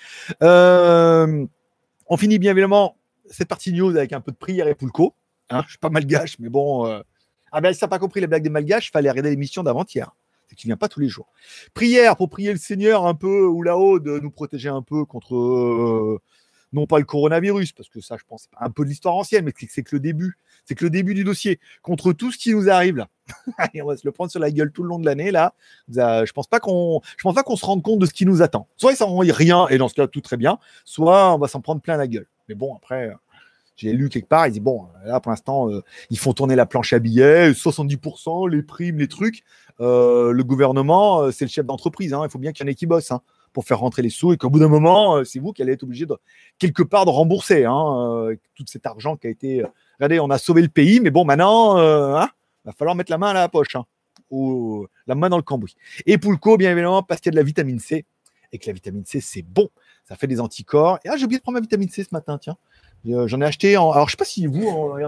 Euh, on finit bien évidemment cette partie news avec un peu de prière et poulco. Hein, je suis pas malgache, mais bon. Euh... Ah ben, si t'as pas compris les blagues des malgaches, il fallait regarder l'émission d'avant-hier. C'est qu'il vient pas tous les jours. Prière pour prier le Seigneur un peu, ou là-haut, de nous protéger un peu contre, euh, non pas le coronavirus, parce que ça, je pense, c'est un peu de l'histoire ancienne, mais c'est que le début. C'est que le début du dossier. Contre tout ce qui nous arrive là. Et on va se le prendre sur la gueule tout le long de l'année là. Je pense pas qu'on, je pense pas qu'on se rende compte de ce qui nous attend. Soit il s'en rend rien, et dans ce cas, tout très bien. Soit on va s'en prendre plein la gueule. Mais bon, après, j'ai lu quelque part, il dit bon, là pour l'instant, euh, ils font tourner la planche à billets, soixante-dix pour cent, les primes, les trucs. Euh, le gouvernement, euh, c'est le chef d'entreprise. Hein, il faut bien qu'il y en ait qui bossent. Hein, pour faire rentrer les sous et qu'au bout d'un moment, euh, c'est vous qui allez être obligé de quelque part de rembourser hein, euh, tout cet argent qui a été. Euh, regardez, on a sauvé le pays, mais bon, maintenant, euh, hein, va falloir mettre la main à la poche, hein, ou la main dans le cambouis. Et Poulco, bien évidemment, parce qu'il y a de la vitamine C et que la vitamine C, c'est bon, ça fait des anticorps. Et ah, j'ai oublié de prendre ma vitamine C ce matin, tiens. Euh, j'en ai acheté. En... Alors, je sais pas si vous, en,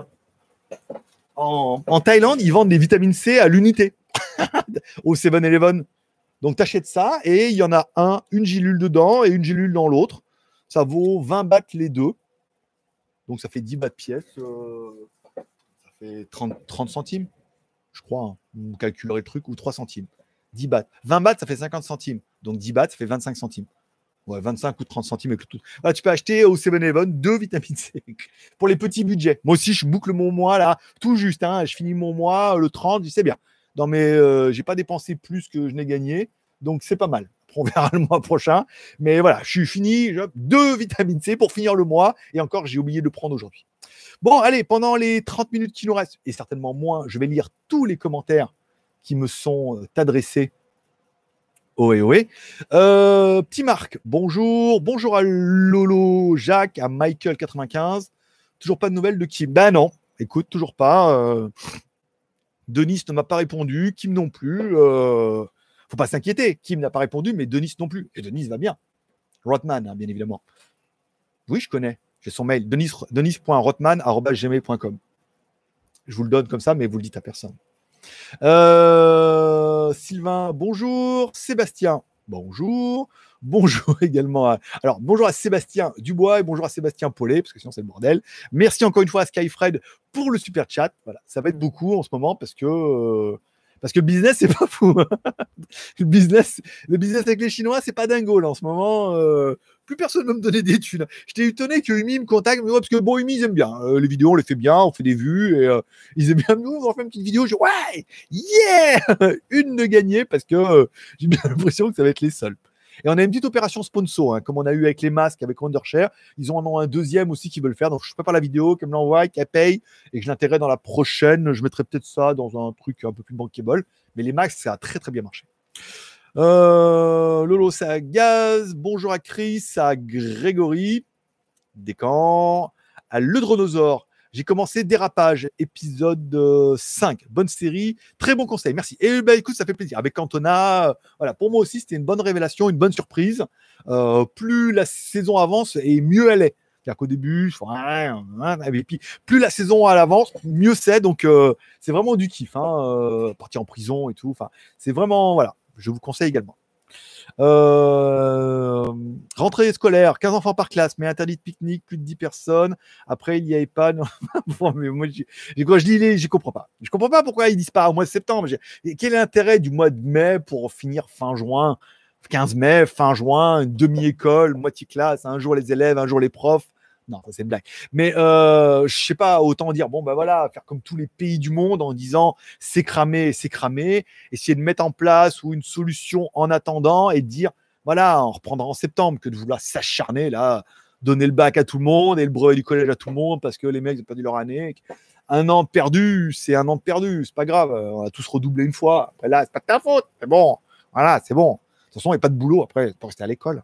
en, en Thaïlande, ils vendent des vitamines C à l'unité au seven eleven. Donc, tu achètes ça et il y en a un, une gélule dedans et une gélule dans l'autre. Ça vaut vingt bahts les deux. Donc, ça fait dix bahts pièce. Euh, ça fait trente, trente centimes, je crois. Hein. Vous calculerez le truc, ou trois centimes. dix bahts. vingt bahts, ça fait cinquante centimes. Donc, dix bahts, ça fait vingt-cinq centimes. Ouais, vingt-cinq ou trente centimes avec le tout. Voilà, tu peux acheter au seven eleven deux vitamines C pour les petits budgets. Moi aussi, je boucle mon mois là, tout juste. Hein, je finis mon mois le trente, je sais bien. Non, mais euh, j'ai pas dépensé plus que je n'ai gagné, donc c'est pas mal. On verra le mois prochain. Mais voilà, je suis fini. Deux vitamines C pour finir le mois. Et encore, j'ai oublié de le prendre aujourd'hui. Bon, allez, pendant les trente minutes qui nous restent, et certainement moins, je vais lire tous les commentaires qui me sont adressés. Ohé, ohé. Euh, petit Marc, bonjour. Bonjour à Lolo, Jacques, à Michael quatre-vingt-quinze. Toujours pas de nouvelles de Kim? Ben non, écoute, toujours pas. Euh... Denis ne m'a pas répondu, Kim non plus. Euh... Faut pas s'inquiéter, Kim n'a pas répondu, mais Denis non plus. Et Denis va bien. Rothman, hein, bien évidemment. Oui, je connais. J'ai son mail, denis, denis point rothman arobase gmail point com. Je vous le donne comme ça, mais vous le dites à personne. Euh... Sylvain, bonjour. Sébastien, bonjour. Bonjour également à... Alors, bonjour à Sébastien Dubois et bonjour à Sébastien Paulet, parce que sinon c'est le bordel. Merci encore une fois à Skyfred pour le super chat. Voilà, ça va être beaucoup en ce moment parce que... Euh... Parce que le business, c'est pas fou. le, business, le business avec les Chinois, c'est pas dingo là en ce moment. Euh, plus personne ne veut me donner des thunes. J'étais étonné que Umi me contacte, mais ouais, parce que bon, Umi, ils aiment bien. Euh, les vidéos, on les fait bien, on fait des vues, et euh, ils aiment bien. Nous, on fait une petite vidéo, je dis ouais, yeah, une de gagnée, parce que euh, j'ai bien l'impression que ça va être les seuls. Et on a une petite opération sponsor, hein, comme on a eu avec les masques, avec Wondershare. Ils en ont un deuxième aussi qu'ils veulent faire. Donc, je prépare la vidéo, qu'elle me l'envoie, qu'elle paye et que je l'intégrerai dans la prochaine. Je mettrai peut-être ça dans un truc un peu plus bankable. Mais les masques, ça a très, très bien marché. Euh, Lolo, c'est à Gaz. Bonjour à Chris, à Grégory. Descamps. À Le Dronosaure. J'ai commencé Dérapage, épisode euh, cinq. Bonne série, très bon conseil, merci. Et bah, écoute, ça fait plaisir. Avec Cantona, euh, voilà, pour moi aussi, c'était une bonne révélation, une bonne surprise. Euh, plus la saison avance, et mieux elle est. C'est-à-dire qu'au début, et puis plus la saison à l'avance, mieux c'est. Donc, euh, c'est vraiment du kiff. Hein, euh, partir en prison et tout. Enfin, c'est vraiment, voilà, je vous conseille également. Euh, rentrée scolaire, quinze enfants par classe, mais interdit de pique-nique, plus de dix personnes. Après, il y a EHPAD. Bon, mais moi, j'ai, quand je lis les, je comprends pas. Je comprends pas pourquoi ils disent pas au mois de septembre. J'ai, quel est l'intérêt du mois de mai pour finir fin juin, quinze mai, fin juin, une demi-école, moitié classe, un jour les élèves, un jour les profs. Non, ça c'est une blague. Mais euh, je sais pas, autant dire, bon ben voilà, faire comme tous les pays du monde en disant c'est cramé, c'est cramé, essayer de mettre en place ou une solution en attendant et dire voilà, on reprendra en septembre que de vouloir s'acharner là, donner le bac à tout le monde et le brevet du collège à tout le monde parce que les mecs ont perdu leur année. Un an perdu, c'est un an perdu, c'est pas grave, on a tous redoublé une fois. Après là, c'est pas de ta faute, c'est bon, voilà, c'est bon. De toute façon, il n'y a pas de boulot après pour rester à l'école.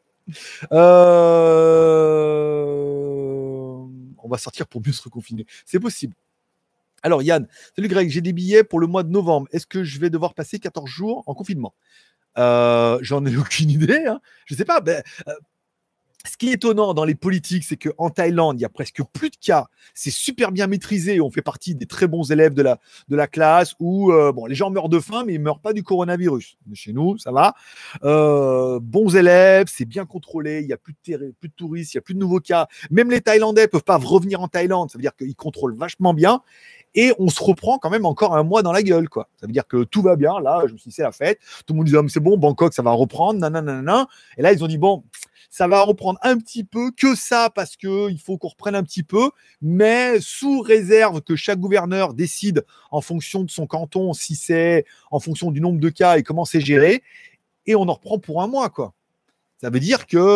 Euh... On va sortir pour mieux se reconfiner. C'est possible. Alors Yann, salut Greg, j'ai des billets pour le mois de novembre. Est-ce que je vais devoir passer quatorze jours en confinement? euh, J'en ai aucune idée. Hein. Je sais pas. Ben, euh, ce qui est étonnant dans les politiques, c'est qu'en Thaïlande, il y a presque plus de cas. C'est super bien maîtrisé. On fait partie des très bons élèves de la, de la classe où euh, bon, les gens meurent de faim, mais ils ne meurent pas du coronavirus. Mais chez nous, ça va. Euh, bons élèves, c'est bien contrôlé. Il n'y a plus de, terri- plus de touristes, il n'y a plus de nouveaux cas. Même les Thaïlandais ne peuvent pas revenir en Thaïlande. Ça veut dire qu'ils contrôlent vachement bien. Et on se reprend quand même encore un mois dans la gueule, quoi. Ça veut dire que tout va bien. Là, je me suis dit, c'est la fête. Tout le monde dit, oh, c'est bon, Bangkok, ça va reprendre. Nanana, nanana. Et là, ils ont dit, bon, Ça va reprendre un petit peu, que ça, parce qu'il faut qu'on reprenne un petit peu, mais sous réserve que chaque gouverneur décide en fonction de son canton, si c'est en fonction du nombre de cas et comment c'est géré, et on en reprend pour un mois, quoi. Ça veut dire que...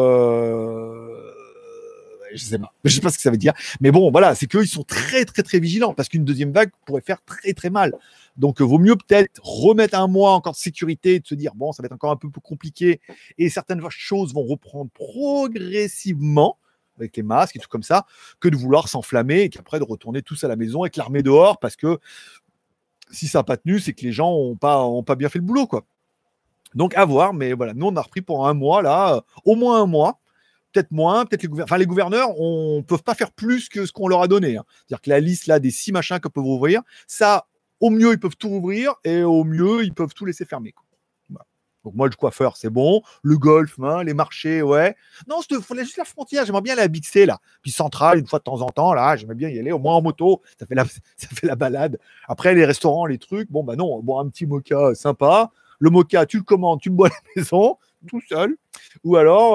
Euh... Je sais pas. Je sais pas ce que ça veut dire. Mais bon, voilà, c'est qu'eux, ils sont très, très, très vigilants parce qu'une deuxième vague pourrait faire très, très mal. Donc, euh, vaut mieux peut-être remettre un mois encore de sécurité et de se dire, bon, ça va être encore un peu plus compliqué et certaines choses vont reprendre progressivement avec les masques et tout comme ça, que de vouloir s'enflammer et qu'après de retourner tous à la maison avec l'armée dehors parce que si ça n'a pas tenu, c'est que les gens n'ont pas, ont pas bien fait le boulot, quoi. Donc, à voir. Mais voilà, nous, on a repris pour un mois, là, euh, au moins un mois. Peut-être moins, peut-être les gouverneurs. Enfin, les gouverneurs ne peuvent pas faire plus que ce qu'on leur a donné. Hein. C'est-à-dire que la liste là des six machins qu'ils peuvent ouvrir, ça, au mieux, ils peuvent tout ouvrir et au mieux, ils peuvent tout laisser fermer. Quoi. Voilà. Donc, moi, le coiffeur, c'est bon. Le golf, hein, les marchés, ouais. Non, il fallait juste la frontière. J'aimerais bien aller à Bixé, là. Puis Centrale, une fois de temps en temps, là, j'aimerais bien y aller, au moins en moto. Ça fait la, ça fait la balade. Après, les restaurants, les trucs, bon, bah non, boire un petit mocha sympa. Le mocha, tu le commandes, tu le bois à la maison. Tout seul, ou alors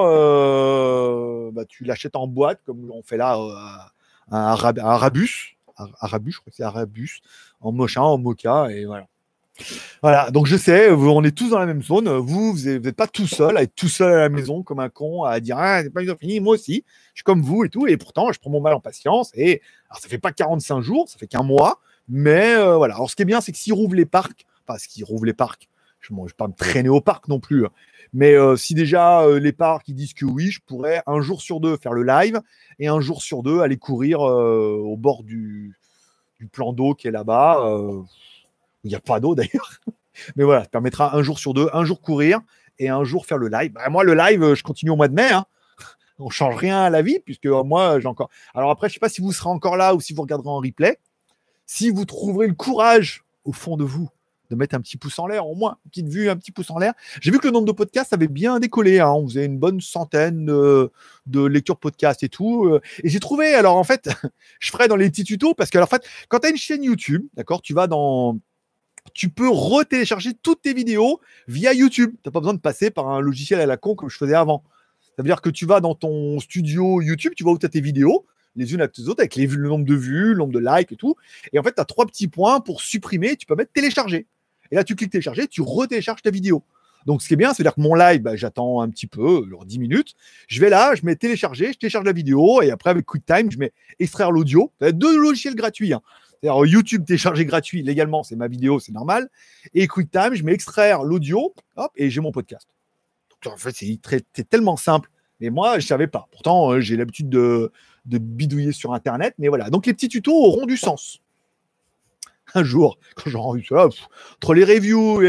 euh, bah, tu l'achètes en boîte, comme on fait là euh, un, Arab- un Arabus, Arabus, je crois que c'est Arabus, en mocha, en mocha, et voilà. Voilà, donc je sais, on est tous dans la même zone, vous, vous n'êtes pas tout seul, à être tout seul à la maison, comme un con, à dire, ah, c'est pas fini, moi aussi, je suis comme vous et tout, et pourtant, je prends mon mal en patience, et alors ça fait pas quarante-cinq jours, ça fait qu'un mois, mais euh, voilà. Alors ce qui est bien, c'est que s'ils rouvrent les parcs, enfin, s'ils rouvrent les parcs, je ne vais pas me traîner au parc non plus, hein. Mais euh, si déjà euh, les parcs ils disent que oui, je pourrais un jour sur deux faire le live et un jour sur deux aller courir euh, au bord du, du plan d'eau qui est là-bas. Euh, il n'y a pas d'eau d'ailleurs. Mais voilà, ça permettra un jour sur deux, un jour courir et un jour faire le live. Bah, moi, le live, je continue au mois de mai. Hein. On ne change rien à la vie puisque euh, moi, j'ai encore... Alors après, je ne sais pas si vous serez encore là ou si vous regarderez en replay. Si vous trouverez le courage au fond de vous de mettre un petit pouce en l'air, au moins, une petite vue, un petit pouce en l'air. J'ai vu que le nombre de podcasts avait bien décollé. Hein. On faisait une bonne centaine euh, de lectures podcast et tout. Euh, et j'ai trouvé, alors en fait, je ferai dans les petits tutos parce que, alors, en fait, quand tu as une chaîne YouTube, d'accord, tu vas dans. Tu peux retélécharger toutes tes vidéos via YouTube. Tu n'as pas besoin de passer par un logiciel à la con comme je faisais avant. Ça veut dire que tu vas dans ton studio YouTube, tu vois où tu as tes vidéos, les unes après les autres, avec les, le nombre de vues, le nombre de likes et tout. Et en fait, tu as trois petits points pour supprimer. Tu peux mettre télécharger. Et là, tu cliques télécharger, tu retélécharges ta vidéo. Donc, ce qui est bien, c'est-à-dire que mon live, bah, j'attends un petit peu, genre dix minutes. Je vais là, je mets télécharger, je télécharge la vidéo. Et après, avec QuickTime, je mets extraire l'audio. Il y a deux logiciels gratuits. Hein. C'est-à-dire YouTube télécharger gratuit, légalement, c'est ma vidéo, c'est normal. Et QuickTime, je mets extraire l'audio, hop, et j'ai mon podcast. Donc, en fait, c'est, très, c'est tellement simple. Mais moi, je ne savais pas. Pourtant, euh, j'ai l'habitude de, de bidouiller sur Internet. Mais voilà. Donc, les petits tutos auront du sens. Un jour, quand j'aurai eu cela, entre les reviews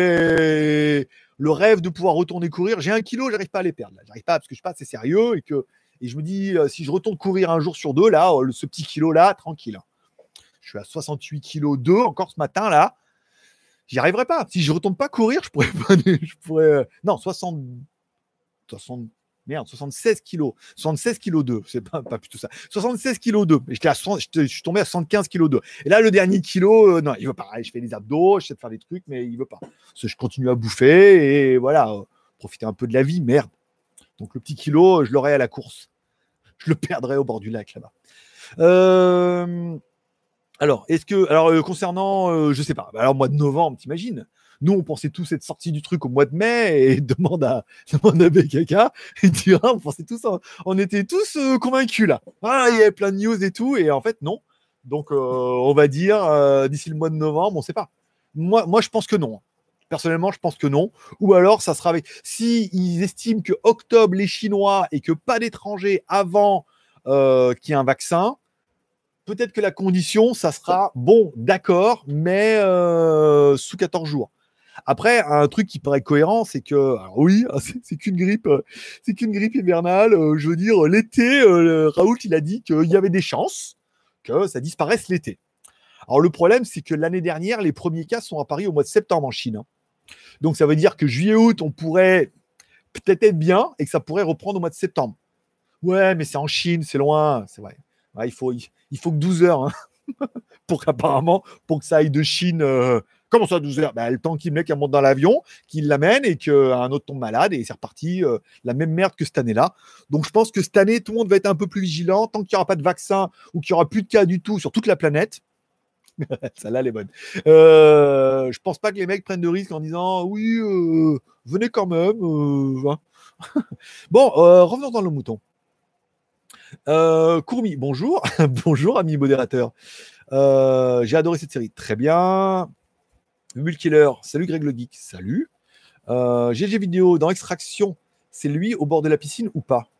et le rêve de pouvoir retourner courir, j'ai un kilo, j'arrive pas à les perdre. Là. J'arrive pas parce que je suis pas assez sérieux et que et je me dis euh, si je retourne courir un jour sur deux, là, euh, ce petit kilo là, tranquille. Je suis à soixante-huit kilos deux encore ce matin là. J'y arriverai pas. Si je retourne pas courir, je pourrais pas. Je pourrais euh, non soixante, soixante Merde, soixante-seize kilos. soixante-seize kilos deux. C'est pas, pas plutôt ça. soixante-seize kilos deux. Et j'étais à soixante, je suis tombé à soixante-quinze kilos deux. Et là, le dernier kilo, euh, non, il veut pas. Je fais des abdos, j'essaie de faire des trucs, mais il veut pas. Parce que je continue à bouffer et voilà, euh, profiter un peu de la vie. Merde. Donc, le petit kilo, je l'aurai à la course. Je le perdrai au bord du lac là-bas. Euh, alors, est-ce que. Alors, euh, concernant. Euh, je sais pas. Alors, mois de novembre, t'imagines? Nous, on pensait tous être sortis du truc au mois de mai et demande à, demande à B K K. Et tu vois, on pensait tous, on était tous euh, convaincus là. Ah, il y avait plein de news et tout. Et en fait, non. Donc, euh, on va dire euh, d'ici le mois de novembre, on ne sait pas. Moi, moi, je pense que non. Personnellement, je pense que non. Ou alors, ça sera avec. Si ils estiment que octobre, les Chinois et que pas d'étrangers avant euh, qu'il y ait un vaccin, peut-être que la condition, ça sera bon, d'accord, mais euh, sous quatorze jours. Après, un truc qui paraît cohérent, c'est que, alors oui, c'est, c'est qu'une grippe, c'est qu'une grippe hivernale. Euh, je veux dire, l'été, euh, Raoult, il a dit qu'il y avait des chances que ça disparaisse l'été. Alors le problème, c'est que l'année dernière, les premiers cas sont apparus au mois de septembre en Chine. Hein. Donc ça veut dire que juillet-août, on pourrait peut-être être bien et que ça pourrait reprendre au mois de septembre. Ouais, mais c'est en Chine, c'est loin, c'est vrai. Ouais, il faut, il, il faut que douze heures, hein, pour qu'apparemment, pour que ça aille de Chine. Euh, Comment ça, douze heures? Bah, le temps qu'il mec monte dans l'avion, qu'il l'amène et qu'un autre tombe malade et c'est reparti. Euh, la même merde que cette année-là. Donc, je pense que cette année, tout le monde va être un peu plus vigilant. Tant qu'il n'y aura pas de vaccin ou qu'il n'y aura plus de cas du tout sur toute la planète. Celle-là, elle est bonne. Euh, je pense pas que les mecs prennent de risques en disant oui, euh, venez quand même. Euh, hein. Bon, euh, revenons dans le mouton. Euh, Courmi, bonjour. Bonjour, ami modérateur. Euh, j'ai adoré cette série. Très bien. Mulkiller, salut Greg le Geek, salut. Euh, G G Vidéo, dans Extraction, c'est lui au bord de la piscine ou pas?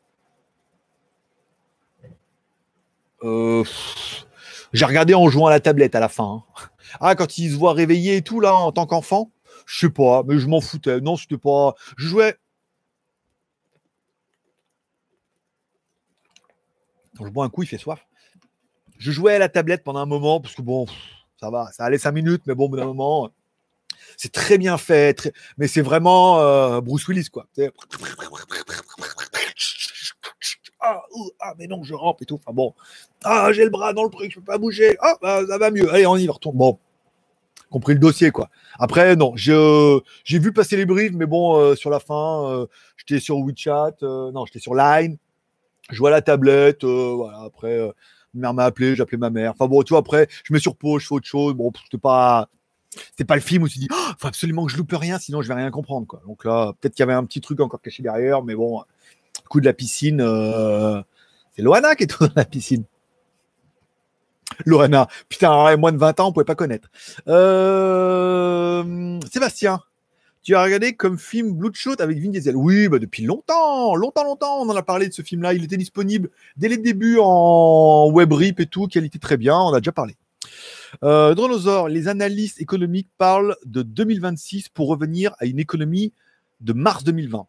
euh, J'ai regardé en jouant à la tablette à la fin. Hein. Ah, quand il se voit réveillé et tout, là, en tant qu'enfant, je sais pas, mais je m'en foutais. Non, c'était pas. Je jouais. Quand je bois un coup, il fait soif. Je jouais à la tablette pendant un moment, parce que bon, ça va, ça allait cinq minutes, mais bon, au bout d'un moment, c'est très bien fait, très... mais c'est vraiment euh, Bruce Willis, quoi. C'est... Ah, ah, mais non, je rampe et tout. Enfin bon, ah, j'ai le bras dans le truc, je peux pas bouger. Ah, bah, ça va mieux. Allez, on y va, retourne. Bon, compris le dossier, quoi. Après, non, je, j'ai vu passer les briefs, mais bon, euh, sur la fin, euh, j'étais sur WeChat, euh, non, j'étais sur Line, je jouais à la tablette, euh, voilà. Après, euh, ma mère m'a appelé, j'ai appelé ma mère. Enfin bon, tu vois, après, je mets sur pause, je fais autre chose. Bon, c'était pas, c'était pas le film où tu dis, oh, faut absolument que je loupe rien, sinon je vais rien comprendre, quoi. Donc là, peut-être qu'il y avait un petit truc encore caché derrière, mais bon, le coup de la piscine, euh, c'est Loana qui est dans la piscine. Loana, putain, moins de vingt ans, on pouvait pas connaître. Euh... Sébastien, tu as regardé comme film Bloodshot avec Vin Diesel? Oui, bah depuis longtemps, longtemps, longtemps, on en a parlé de ce film-là. Il était disponible dès les débuts en web rip et tout, qualité très bien, on a déjà parlé. Euh, Dronosaure, les analystes économiques parlent de deux mille vingt-six pour revenir à une économie de mars deux mille vingt.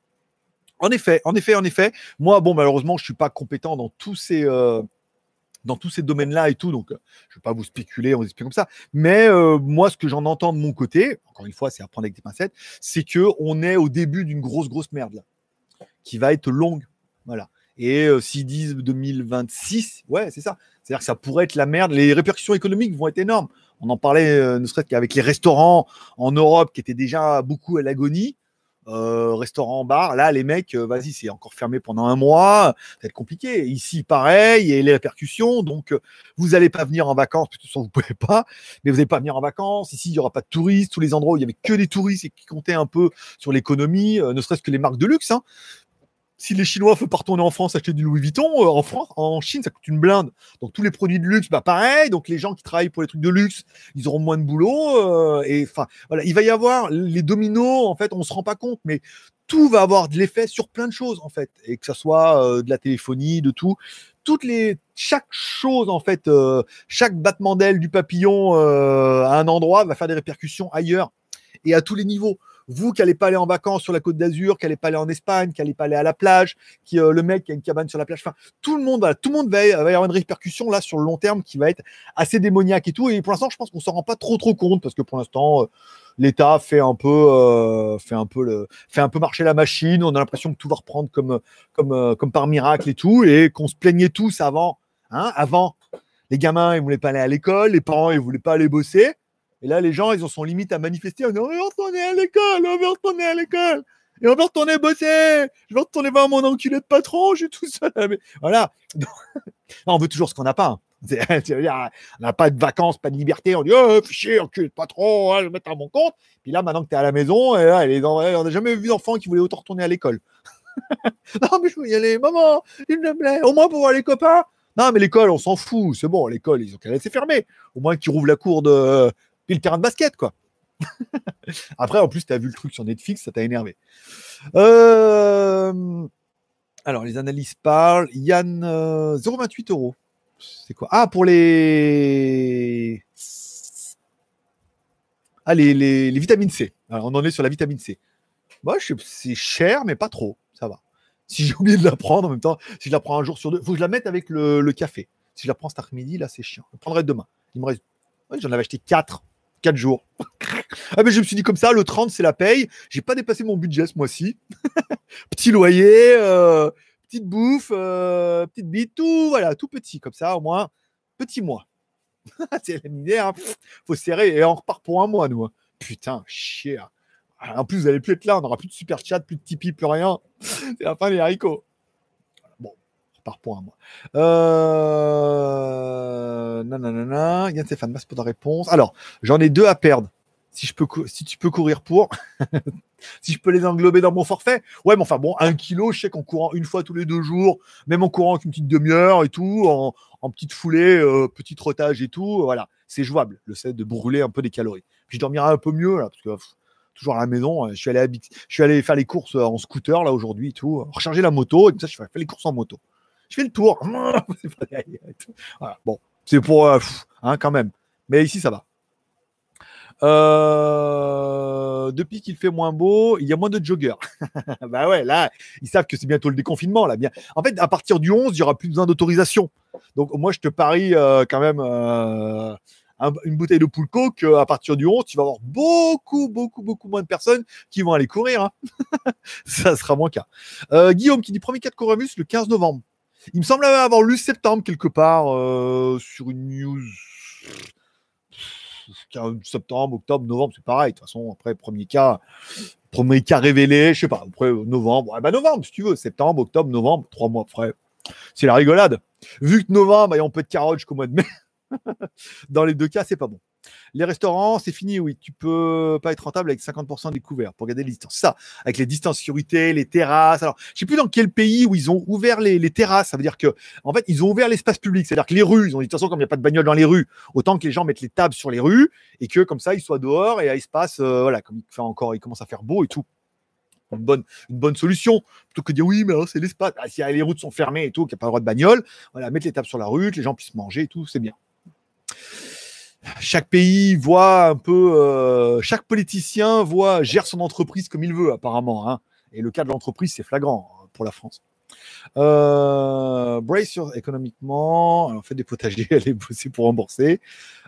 En effet, en effet, en effet. Moi, bon, malheureusement, je suis pas compétent dans tous ces... Euh... dans tous ces domaines-là et tout, donc euh, je ne vais pas vous spéculer, on vous explique comme ça. Mais euh, moi, ce que j'en entends de mon côté, encore une fois, c'est à prendre avec des pincettes, c'est qu'on est au début d'une grosse, grosse merde, là, qui va être longue. Voilà. Et euh, s'ils disent deux mille vingt-six, ouais, c'est ça. C'est-à-dire que ça pourrait être la merde. Les répercussions économiques vont être énormes. On en parlait, euh, ne serait-ce qu'avec les restaurants en Europe qui étaient déjà beaucoup à l'agonie. Euh, restaurant, bar, là, les mecs, euh, vas-y, c'est encore fermé pendant un mois, ça va être compliqué. Ici, pareil, et les répercussions, donc euh, vous n'allez pas venir en vacances, parce que de toute façon, vous ne pouvez pas, mais vous n'allez pas venir en vacances. Ici, il n'y aura pas de touristes, tous les endroits où il n'y avait que des touristes et qui comptaient un peu sur l'économie, euh, ne serait-ce que les marques de luxe, hein. Si les Chinois ne veulent pas retourner en France acheter du Louis Vuitton, euh, en France, en Chine, ça coûte une blinde. Donc tous les produits de luxe, bah pareil. Donc les gens qui travaillent pour les trucs de luxe, ils auront moins de boulot. Euh, et enfin, voilà, il va y avoir les dominos. En fait, on se rend pas compte, mais tout va avoir de l'effet sur plein de choses en fait, et que ça soit euh, de la téléphonie, de tout. Toutes les, chaque chose en fait, euh, chaque battement d'aile du papillon euh, à un endroit va faire des répercussions ailleurs et à tous les niveaux. Vous qui n'allez pas aller en vacances sur la Côte d'Azur, qui n'allez pas aller en Espagne, qui n'allez pas aller à la plage, qui euh, le mec qui a une cabane sur la plage, enfin tout le monde, voilà, tout le monde va, va y avoir une répercussion là sur le long terme qui va être assez démoniaque et tout. Et pour l'instant, je pense qu'on s'en rend pas trop trop compte parce que pour l'instant, euh, l'État fait un peu, euh, fait un peu le, fait un peu marcher la machine. On a l'impression que tout va reprendre comme comme euh, comme par miracle et tout, et qu'on se plaignait tous avant, hein, avant. Les gamins, ils voulaient pas aller à l'école, les parents, ils voulaient pas aller bosser. Et là, les gens, ils en sont limite à manifester. On dit, on va retourner à l'école, on va retourner à l'école. Et on va retourner bosser. Je vais retourner voir mon enculé de patron, je suis tout seul. Voilà. Non, on veut toujours ce qu'on n'a pas. Hein. On n'a pas de vacances, pas de liberté. On dit, oh, fichier, enculé de patron, hein, je vais mettre à mon compte. Puis là, maintenant que tu es à la maison, et là, les, on n'a jamais vu d'enfants qui voulaient autant retourner à l'école. Non, mais je veux y aller, maman, il me plaît. Au moins pour voir les copains. Non, mais l'école, on s'en fout. C'est bon, l'école, ils ont qu'à laisser fermer. Au moins qu'ils rouvrent la cour de. Puis le terrain de basket, quoi. Après, en plus, tu as vu le truc sur Netflix, ça t'a énervé. Euh... Alors, les analyses parlent. Yann, euh, zéro virgule vingt-huit euros. C'est quoi? Ah, pour les... Ah, les, les, les vitamines C. Alors, on en est sur la vitamine C. Moi, je... c'est cher, mais pas trop. Ça va. Si j'ai oublié de la prendre, en même temps, si je la prends un jour sur deux, il faut que je la mette avec le, le café. Si je la prends cet après-midi, là, c'est chiant. Je la prendrai demain. Il me reste... Ouais, j'en avais acheté quatre. quatre jours. Ah, mais je me suis dit comme ça, le trente, c'est la paye. J'ai pas dépassé mon budget ce mois-ci. Petit loyer, euh, petite bouffe, euh, petite bite, tout, voilà, tout petit, comme ça, au moins, petit mois. C'est la misère, hein. Faut serrer et on repart pour un mois, nous. Hein. putain, chier. En plus, vous n'allez plus être là, on n'aura plus de super chat, plus de Tipeee, plus rien. C'est la fin des haricots. Bon, par point, moi. Euh... Nanana. Yann Stéphane, merci pour ta réponse. Alors, j'en ai deux à perdre. Si, je peux cou- si tu peux courir pour, si je peux les englober dans mon forfait. Ouais, mais enfin bon, un kilo, je sais qu'en courant une fois tous les deux jours, même en courant avec une petite demi-heure et tout, en, en petite foulée, euh, petit trottage et tout, voilà, c'est jouable, le fait de brûler un peu des calories. Puis je dormirai un peu mieux, là, parce que pff, toujours à la maison, je suis allé, à Bix- je suis allé faire les courses en scooter, là, aujourd'hui et tout, recharger la moto, et comme ça, je fais les courses en moto. Je fais le tour. Voilà, bon, c'est pour, euh, pff, hein, quand même. Mais ici, ça va. Euh, depuis qu'il fait moins beau, il y a moins de joggers. Bah ouais, là, ils savent que c'est bientôt le déconfinement. Là, bien. En fait, à partir du onze, il n'y aura plus besoin d'autorisation. Donc, moi, je te parie euh, quand même euh, un- une bouteille de Poulco qu'à partir du onze, tu vas avoir beaucoup, beaucoup, beaucoup moins de personnes qui vont aller courir. Hein. Ça sera moins cas. Euh, Guillaume qui dit premier cas de coronavirus le quinze novembre. Il me semble avoir lu septembre quelque part euh, sur une news. Septembre, octobre, novembre, c'est pareil. De toute façon, après, premier cas, premier cas révélé, je sais pas, après novembre, ouais, bah novembre, si tu veux, septembre, octobre, novembre, trois mois après. C'est la rigolade. Vu que novembre, bah, on peut être carotte jusqu'au mois de mai. Dans les deux cas, c'est pas bon. Les restaurants, c'est fini, oui. Tu peux pas être rentable avec cinquante pour cent des couverts pour garder les distances. Ça, avec les distances sécurité, les terrasses. Alors, je sais plus dans quel pays où ils ont ouvert les, les terrasses. Ça veut dire que, en fait, ils ont ouvert l'espace public. C'est-à-dire que les rues, ils ont dit, de toute façon, comme il n'y a pas de bagnole dans les rues, autant que les gens mettent les tables sur les rues et que, comme ça, ils soient dehors et il se passe, euh, voilà, comme il fait encore, il commence à faire beau et tout. Une bonne, une bonne solution. Plutôt que de dire oui, mais alors, c'est l'espace. Ah, si les routes sont fermées et tout, qu'il n'y a pas le droit de bagnole, voilà, mettre les tables sur la rue, que les gens puissent manger et tout, c'est bien. Chaque pays voit un peu, euh, chaque politicien voit, gère son entreprise comme il veut, apparemment. Hein. Et le cas de l'entreprise, c'est flagrant hein, pour la France. Euh, brace sur économiquement, alors faites des potagers, allez bosser pour rembourser.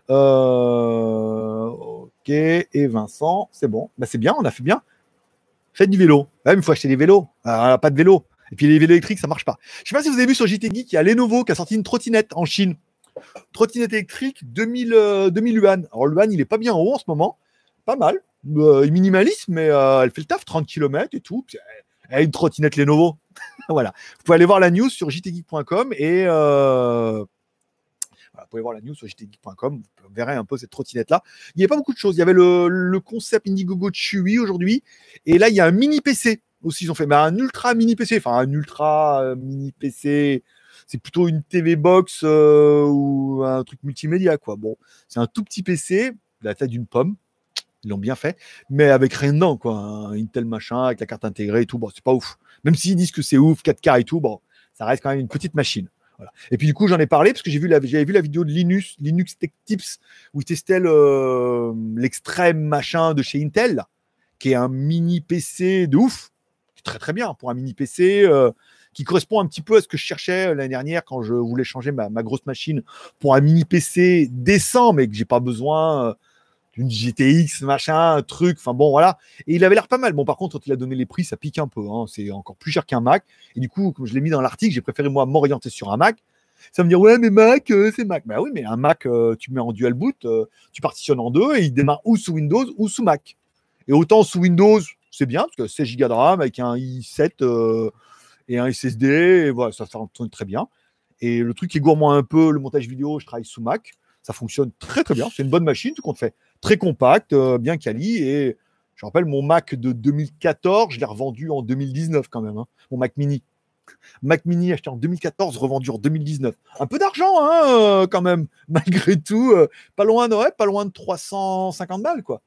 Euh, ok, et Vincent, c'est bon. Bah, c'est bien, on a fait bien. Faites du vélo. Ouais, mais il faut acheter des vélos. Alors, pas de vélo. Et puis les vélos électriques, ça marche pas. Je sais pas si vous avez vu sur J T Geek, il y a Lenovo qui a sorti une trottinette en Chine. Trottinette électrique deux mille, euh, deux mille yuan. Alors, le yuan, il est pas bien en haut en ce moment. Pas mal. Euh, minimaliste, mais euh, elle fait le taf, trente kilomètres et tout. Puis, elle a une trottinette Lenovo. Voilà. Vous pouvez aller voir la news sur j t geek point com et euh, voilà, vous pouvez voir la news sur j t geek point com. Vous verrez un peu cette trottinette-là. Il n'y avait pas beaucoup de choses. Il y avait le, le concept Indiegogo de Chewy aujourd'hui. Et là, il y a un mini P C aussi. Ils ont fait mais un ultra mini P C. Enfin, un ultra euh, mini P C. C'est plutôt une T V box euh, ou un truc multimédia, quoi. Bon, c'est un tout petit P C, de la taille d'une pomme. Ils l'ont bien fait, mais avec rien dedans, quoi. Un Intel machin, avec la carte intégrée et tout. Bon, c'est pas ouf. Même s'ils disent que c'est ouf, quatre K et tout, bon, ça reste quand même une petite machine. Voilà. Et puis du coup, j'en ai parlé parce que j'ai vu la, j'avais vu la vidéo de Linus, Linux Tech Tips, où il testait le, l'extrême machin de chez Intel, là, qui est un mini P C de ouf. Très très bien pour un mini P C. Euh, qui correspond un petit peu à ce que je cherchais l'année dernière quand je voulais changer ma, ma grosse machine pour un mini P C décent, mais que j'ai pas besoin euh, d'une G T X, machin, un truc, enfin bon, voilà. Et il avait l'air pas mal. Bon, par contre, quand il a donné les prix, ça pique un peu. Hein. C'est encore plus cher qu'un Mac. Et du coup, comme je l'ai mis dans l'article, j'ai préféré, moi, m'orienter sur un Mac. Ça me dire, ouais, mais Mac, euh, c'est Mac. Bah oui, mais un Mac, euh, tu mets en dual boot, euh, tu partitionnes en deux et il démarre ou sous Windows ou sous Mac. Et autant sous Windows, c'est bien, parce que seize gigas de RAM avec un i sept... Euh, et un S S D, et voilà, ça fonctionne très bien. Et le truc qui est gourmand un peu, le montage vidéo, je travaille sous Mac, ça fonctionne très très bien. C'est une bonne machine, tout compte fait. Très compact, euh, bien quali, et je rappelle, mon Mac de deux mille quatorze, je l'ai revendu en deux mille dix-neuf quand même, hein, mon Mac mini. Mac mini acheté en deux mille quatorze, revendu en deux mille dix-neuf. Un peu d'argent, hein, euh, quand même, malgré tout. Euh, pas loin de, ouais, pas loin de trois cent cinquante balles, quoi.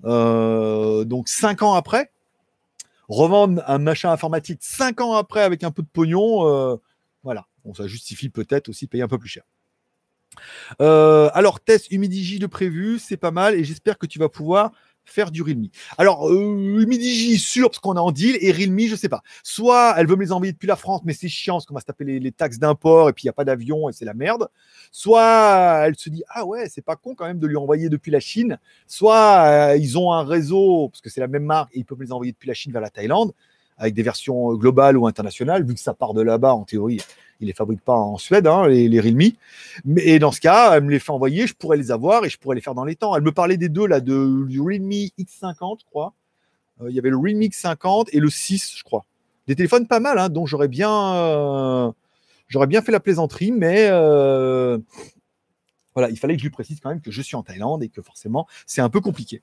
Euh, donc, cinq ans après, revendre un machin informatique cinq ans après avec un peu de pognon, euh, voilà. Bon, ça justifie peut-être aussi payer un peu plus cher. Euh, alors, test Humidigi de prévu, c'est pas mal et j'espère que tu vas pouvoir faire du Realme. Alors, euh, Humidigi sûr parce qu'on est en deal et Realme, je sais pas. Soit elle veut me les envoyer depuis la France, mais c'est chiant parce qu'on va se taper les, les taxes d'import et puis il n'y a pas d'avion et c'est la merde. Soit elle se dit ah ouais, c'est pas con quand même de lui envoyer depuis la Chine. Soit euh, ils ont un réseau parce que c'est la même marque et ils peuvent me les envoyer depuis la Chine vers la Thaïlande avec des versions globales ou internationales. Vu que ça part de là-bas, en théorie, Ils les fabriquent pas en Suède, hein, les, les Realme. Mais et dans ce cas, elle me les fait envoyer, je pourrais les avoir et je pourrais les faire dans les temps. Elle me parlait des deux là, de du Realme X cinquante, je crois. Euh, Il y avait le Realme X cinquante et le six, je crois. Des téléphones pas mal, hein, dont j'aurais bien, euh, j'aurais bien fait la plaisanterie, mais euh, voilà, il fallait que je lui précise quand même que je suis en Thaïlande et que forcément, c'est un peu compliqué.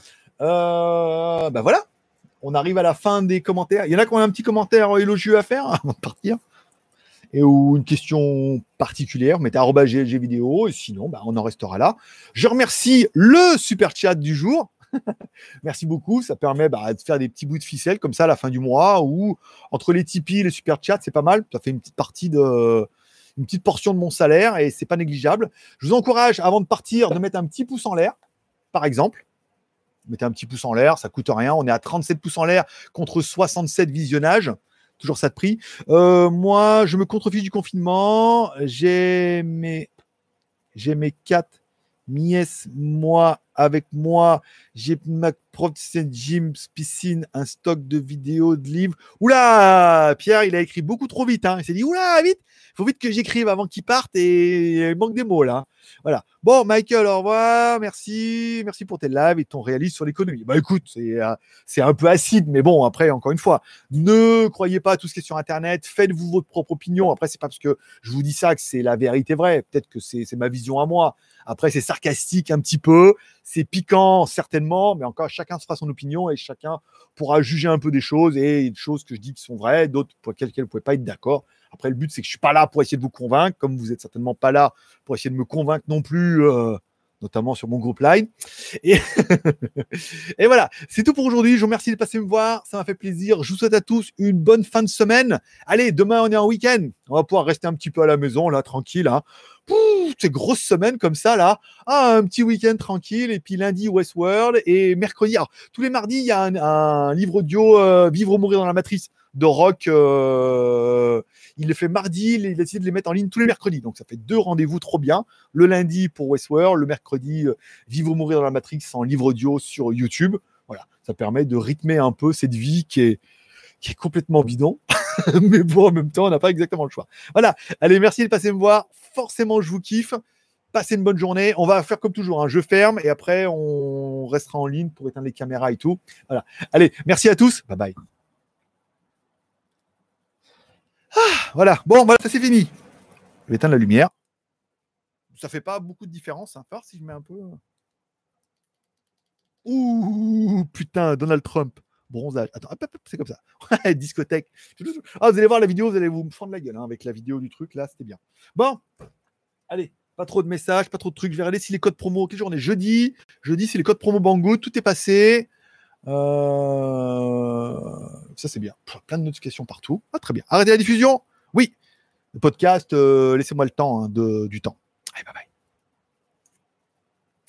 Euh, bah voilà, on arrive à la fin des commentaires. Il y en a qui ont un petit commentaire élogieux à faire avant de partir, et ou une question particulière, mettez arobase G L G vidéo, et sinon, bah, on en restera là. Je remercie le super chat du jour. Merci beaucoup, ça permet bah, de faire des petits bouts de ficelle comme ça à la fin du mois, ou entre les Tipeee et les super chats, c'est pas mal. Ça fait une petite partie de, une petite portion de mon salaire et c'est pas négligeable. Je vous encourage, avant de partir, de mettre un petit pouce en l'air, par exemple. Mettez un petit pouce en l'air, ça coûte rien. On est à trente-sept pouces en l'air contre soixante-sept visionnages. Toujours ça de prix. Euh, moi, je me contrefiche du confinement. J'ai mes, j'ai mes quatre nièces, moi, avec moi. J'ai ma prof de gym, piscine, un stock de vidéos, de livres. Oula, Pierre, il a écrit beaucoup trop vite. Hein. Il s'est dit, oula, vite, il faut vite que j'écrive avant qu'il parte et il manque des mots là. Voilà. Bon, Michael, au revoir. Merci. Merci pour tes lives et ton réalisme sur l'économie. Bah écoute, c'est, euh, c'est un peu acide, mais bon, après, encore une fois, ne croyez pas à tout ce qui est sur Internet. Faites-vous votre propre opinion. Après, c'est pas parce que je vous dis ça que c'est la vérité vraie. Peut-être que c'est, c'est ma vision à moi. Après, c'est sarcastique un petit peu. C'est piquant, certainement. Mais encore, chacun se fera son opinion et chacun pourra juger un peu des choses. Et il y a des choses que je dis qui sont vraies, d'autres pour lesquelles vous ne pouvez pas être d'accord. Après, le but, c'est que je ne suis pas là pour essayer de vous convaincre, comme vous n'êtes certainement pas là pour essayer de me convaincre non plus, euh, notamment sur mon groupe Line. Et, et voilà, c'est tout pour aujourd'hui. Je vous remercie de passer me voir. Ça m'a fait plaisir. Je vous souhaite à tous une bonne fin de semaine. Allez, demain, on est en week-end. On va pouvoir rester un petit peu à la maison, là, tranquille. Hein. Pouh, ces grosses semaines comme ça, là. Ah, un petit week-end tranquille. Et puis lundi, Westworld. Et mercredi, alors, tous les mardis, il y a un, un livre audio, euh, Vivre ou mourir dans la matrice, de Rock. Euh, il le fait mardi, il a décidé de les mettre en ligne tous les mercredis. Donc ça fait deux rendez-vous trop bien. Le lundi pour Westworld, le mercredi, euh, Vivre ou mourir dans la Matrix en livre audio sur YouTube. Voilà, ça permet de rythmer un peu cette vie qui est, qui est complètement bidon. Mais bon, en même temps, on n'a pas exactement le choix. Voilà, allez, merci de passer me voir. Forcément, je vous kiffe. Passez une bonne journée. On va faire comme toujours. Hein. Je ferme et après, on restera en ligne pour éteindre les caméras et tout. Voilà. Allez, merci à tous. Bye bye. Ah, voilà, bon, voilà, ça c'est fini. Je vais éteindre la lumière. Ça fait pas beaucoup de différence. Hein. Voir si je mets un peu. Ouh, putain, Donald Trump. Bronzage. Attends, hop, hop, hop, c'est comme ça. Discothèque. Ah, vous allez voir la vidéo, vous allez vous me fendre la gueule hein, avec la vidéo du truc. Là, c'était bien. Bon, allez, pas trop de messages, pas trop de trucs. Je vais regarder si les codes promo. Quelle journée ? Jeudi. Jeudi, c'est les codes promo Banggood. Tout est passé. Euh... Ça, c'est bien. Plein de notifications partout. Ah, très bien. Arrêtez la diffusion. Oui. Le podcast, euh, laissez-moi le temps hein, de, du temps. Allez, bye bye.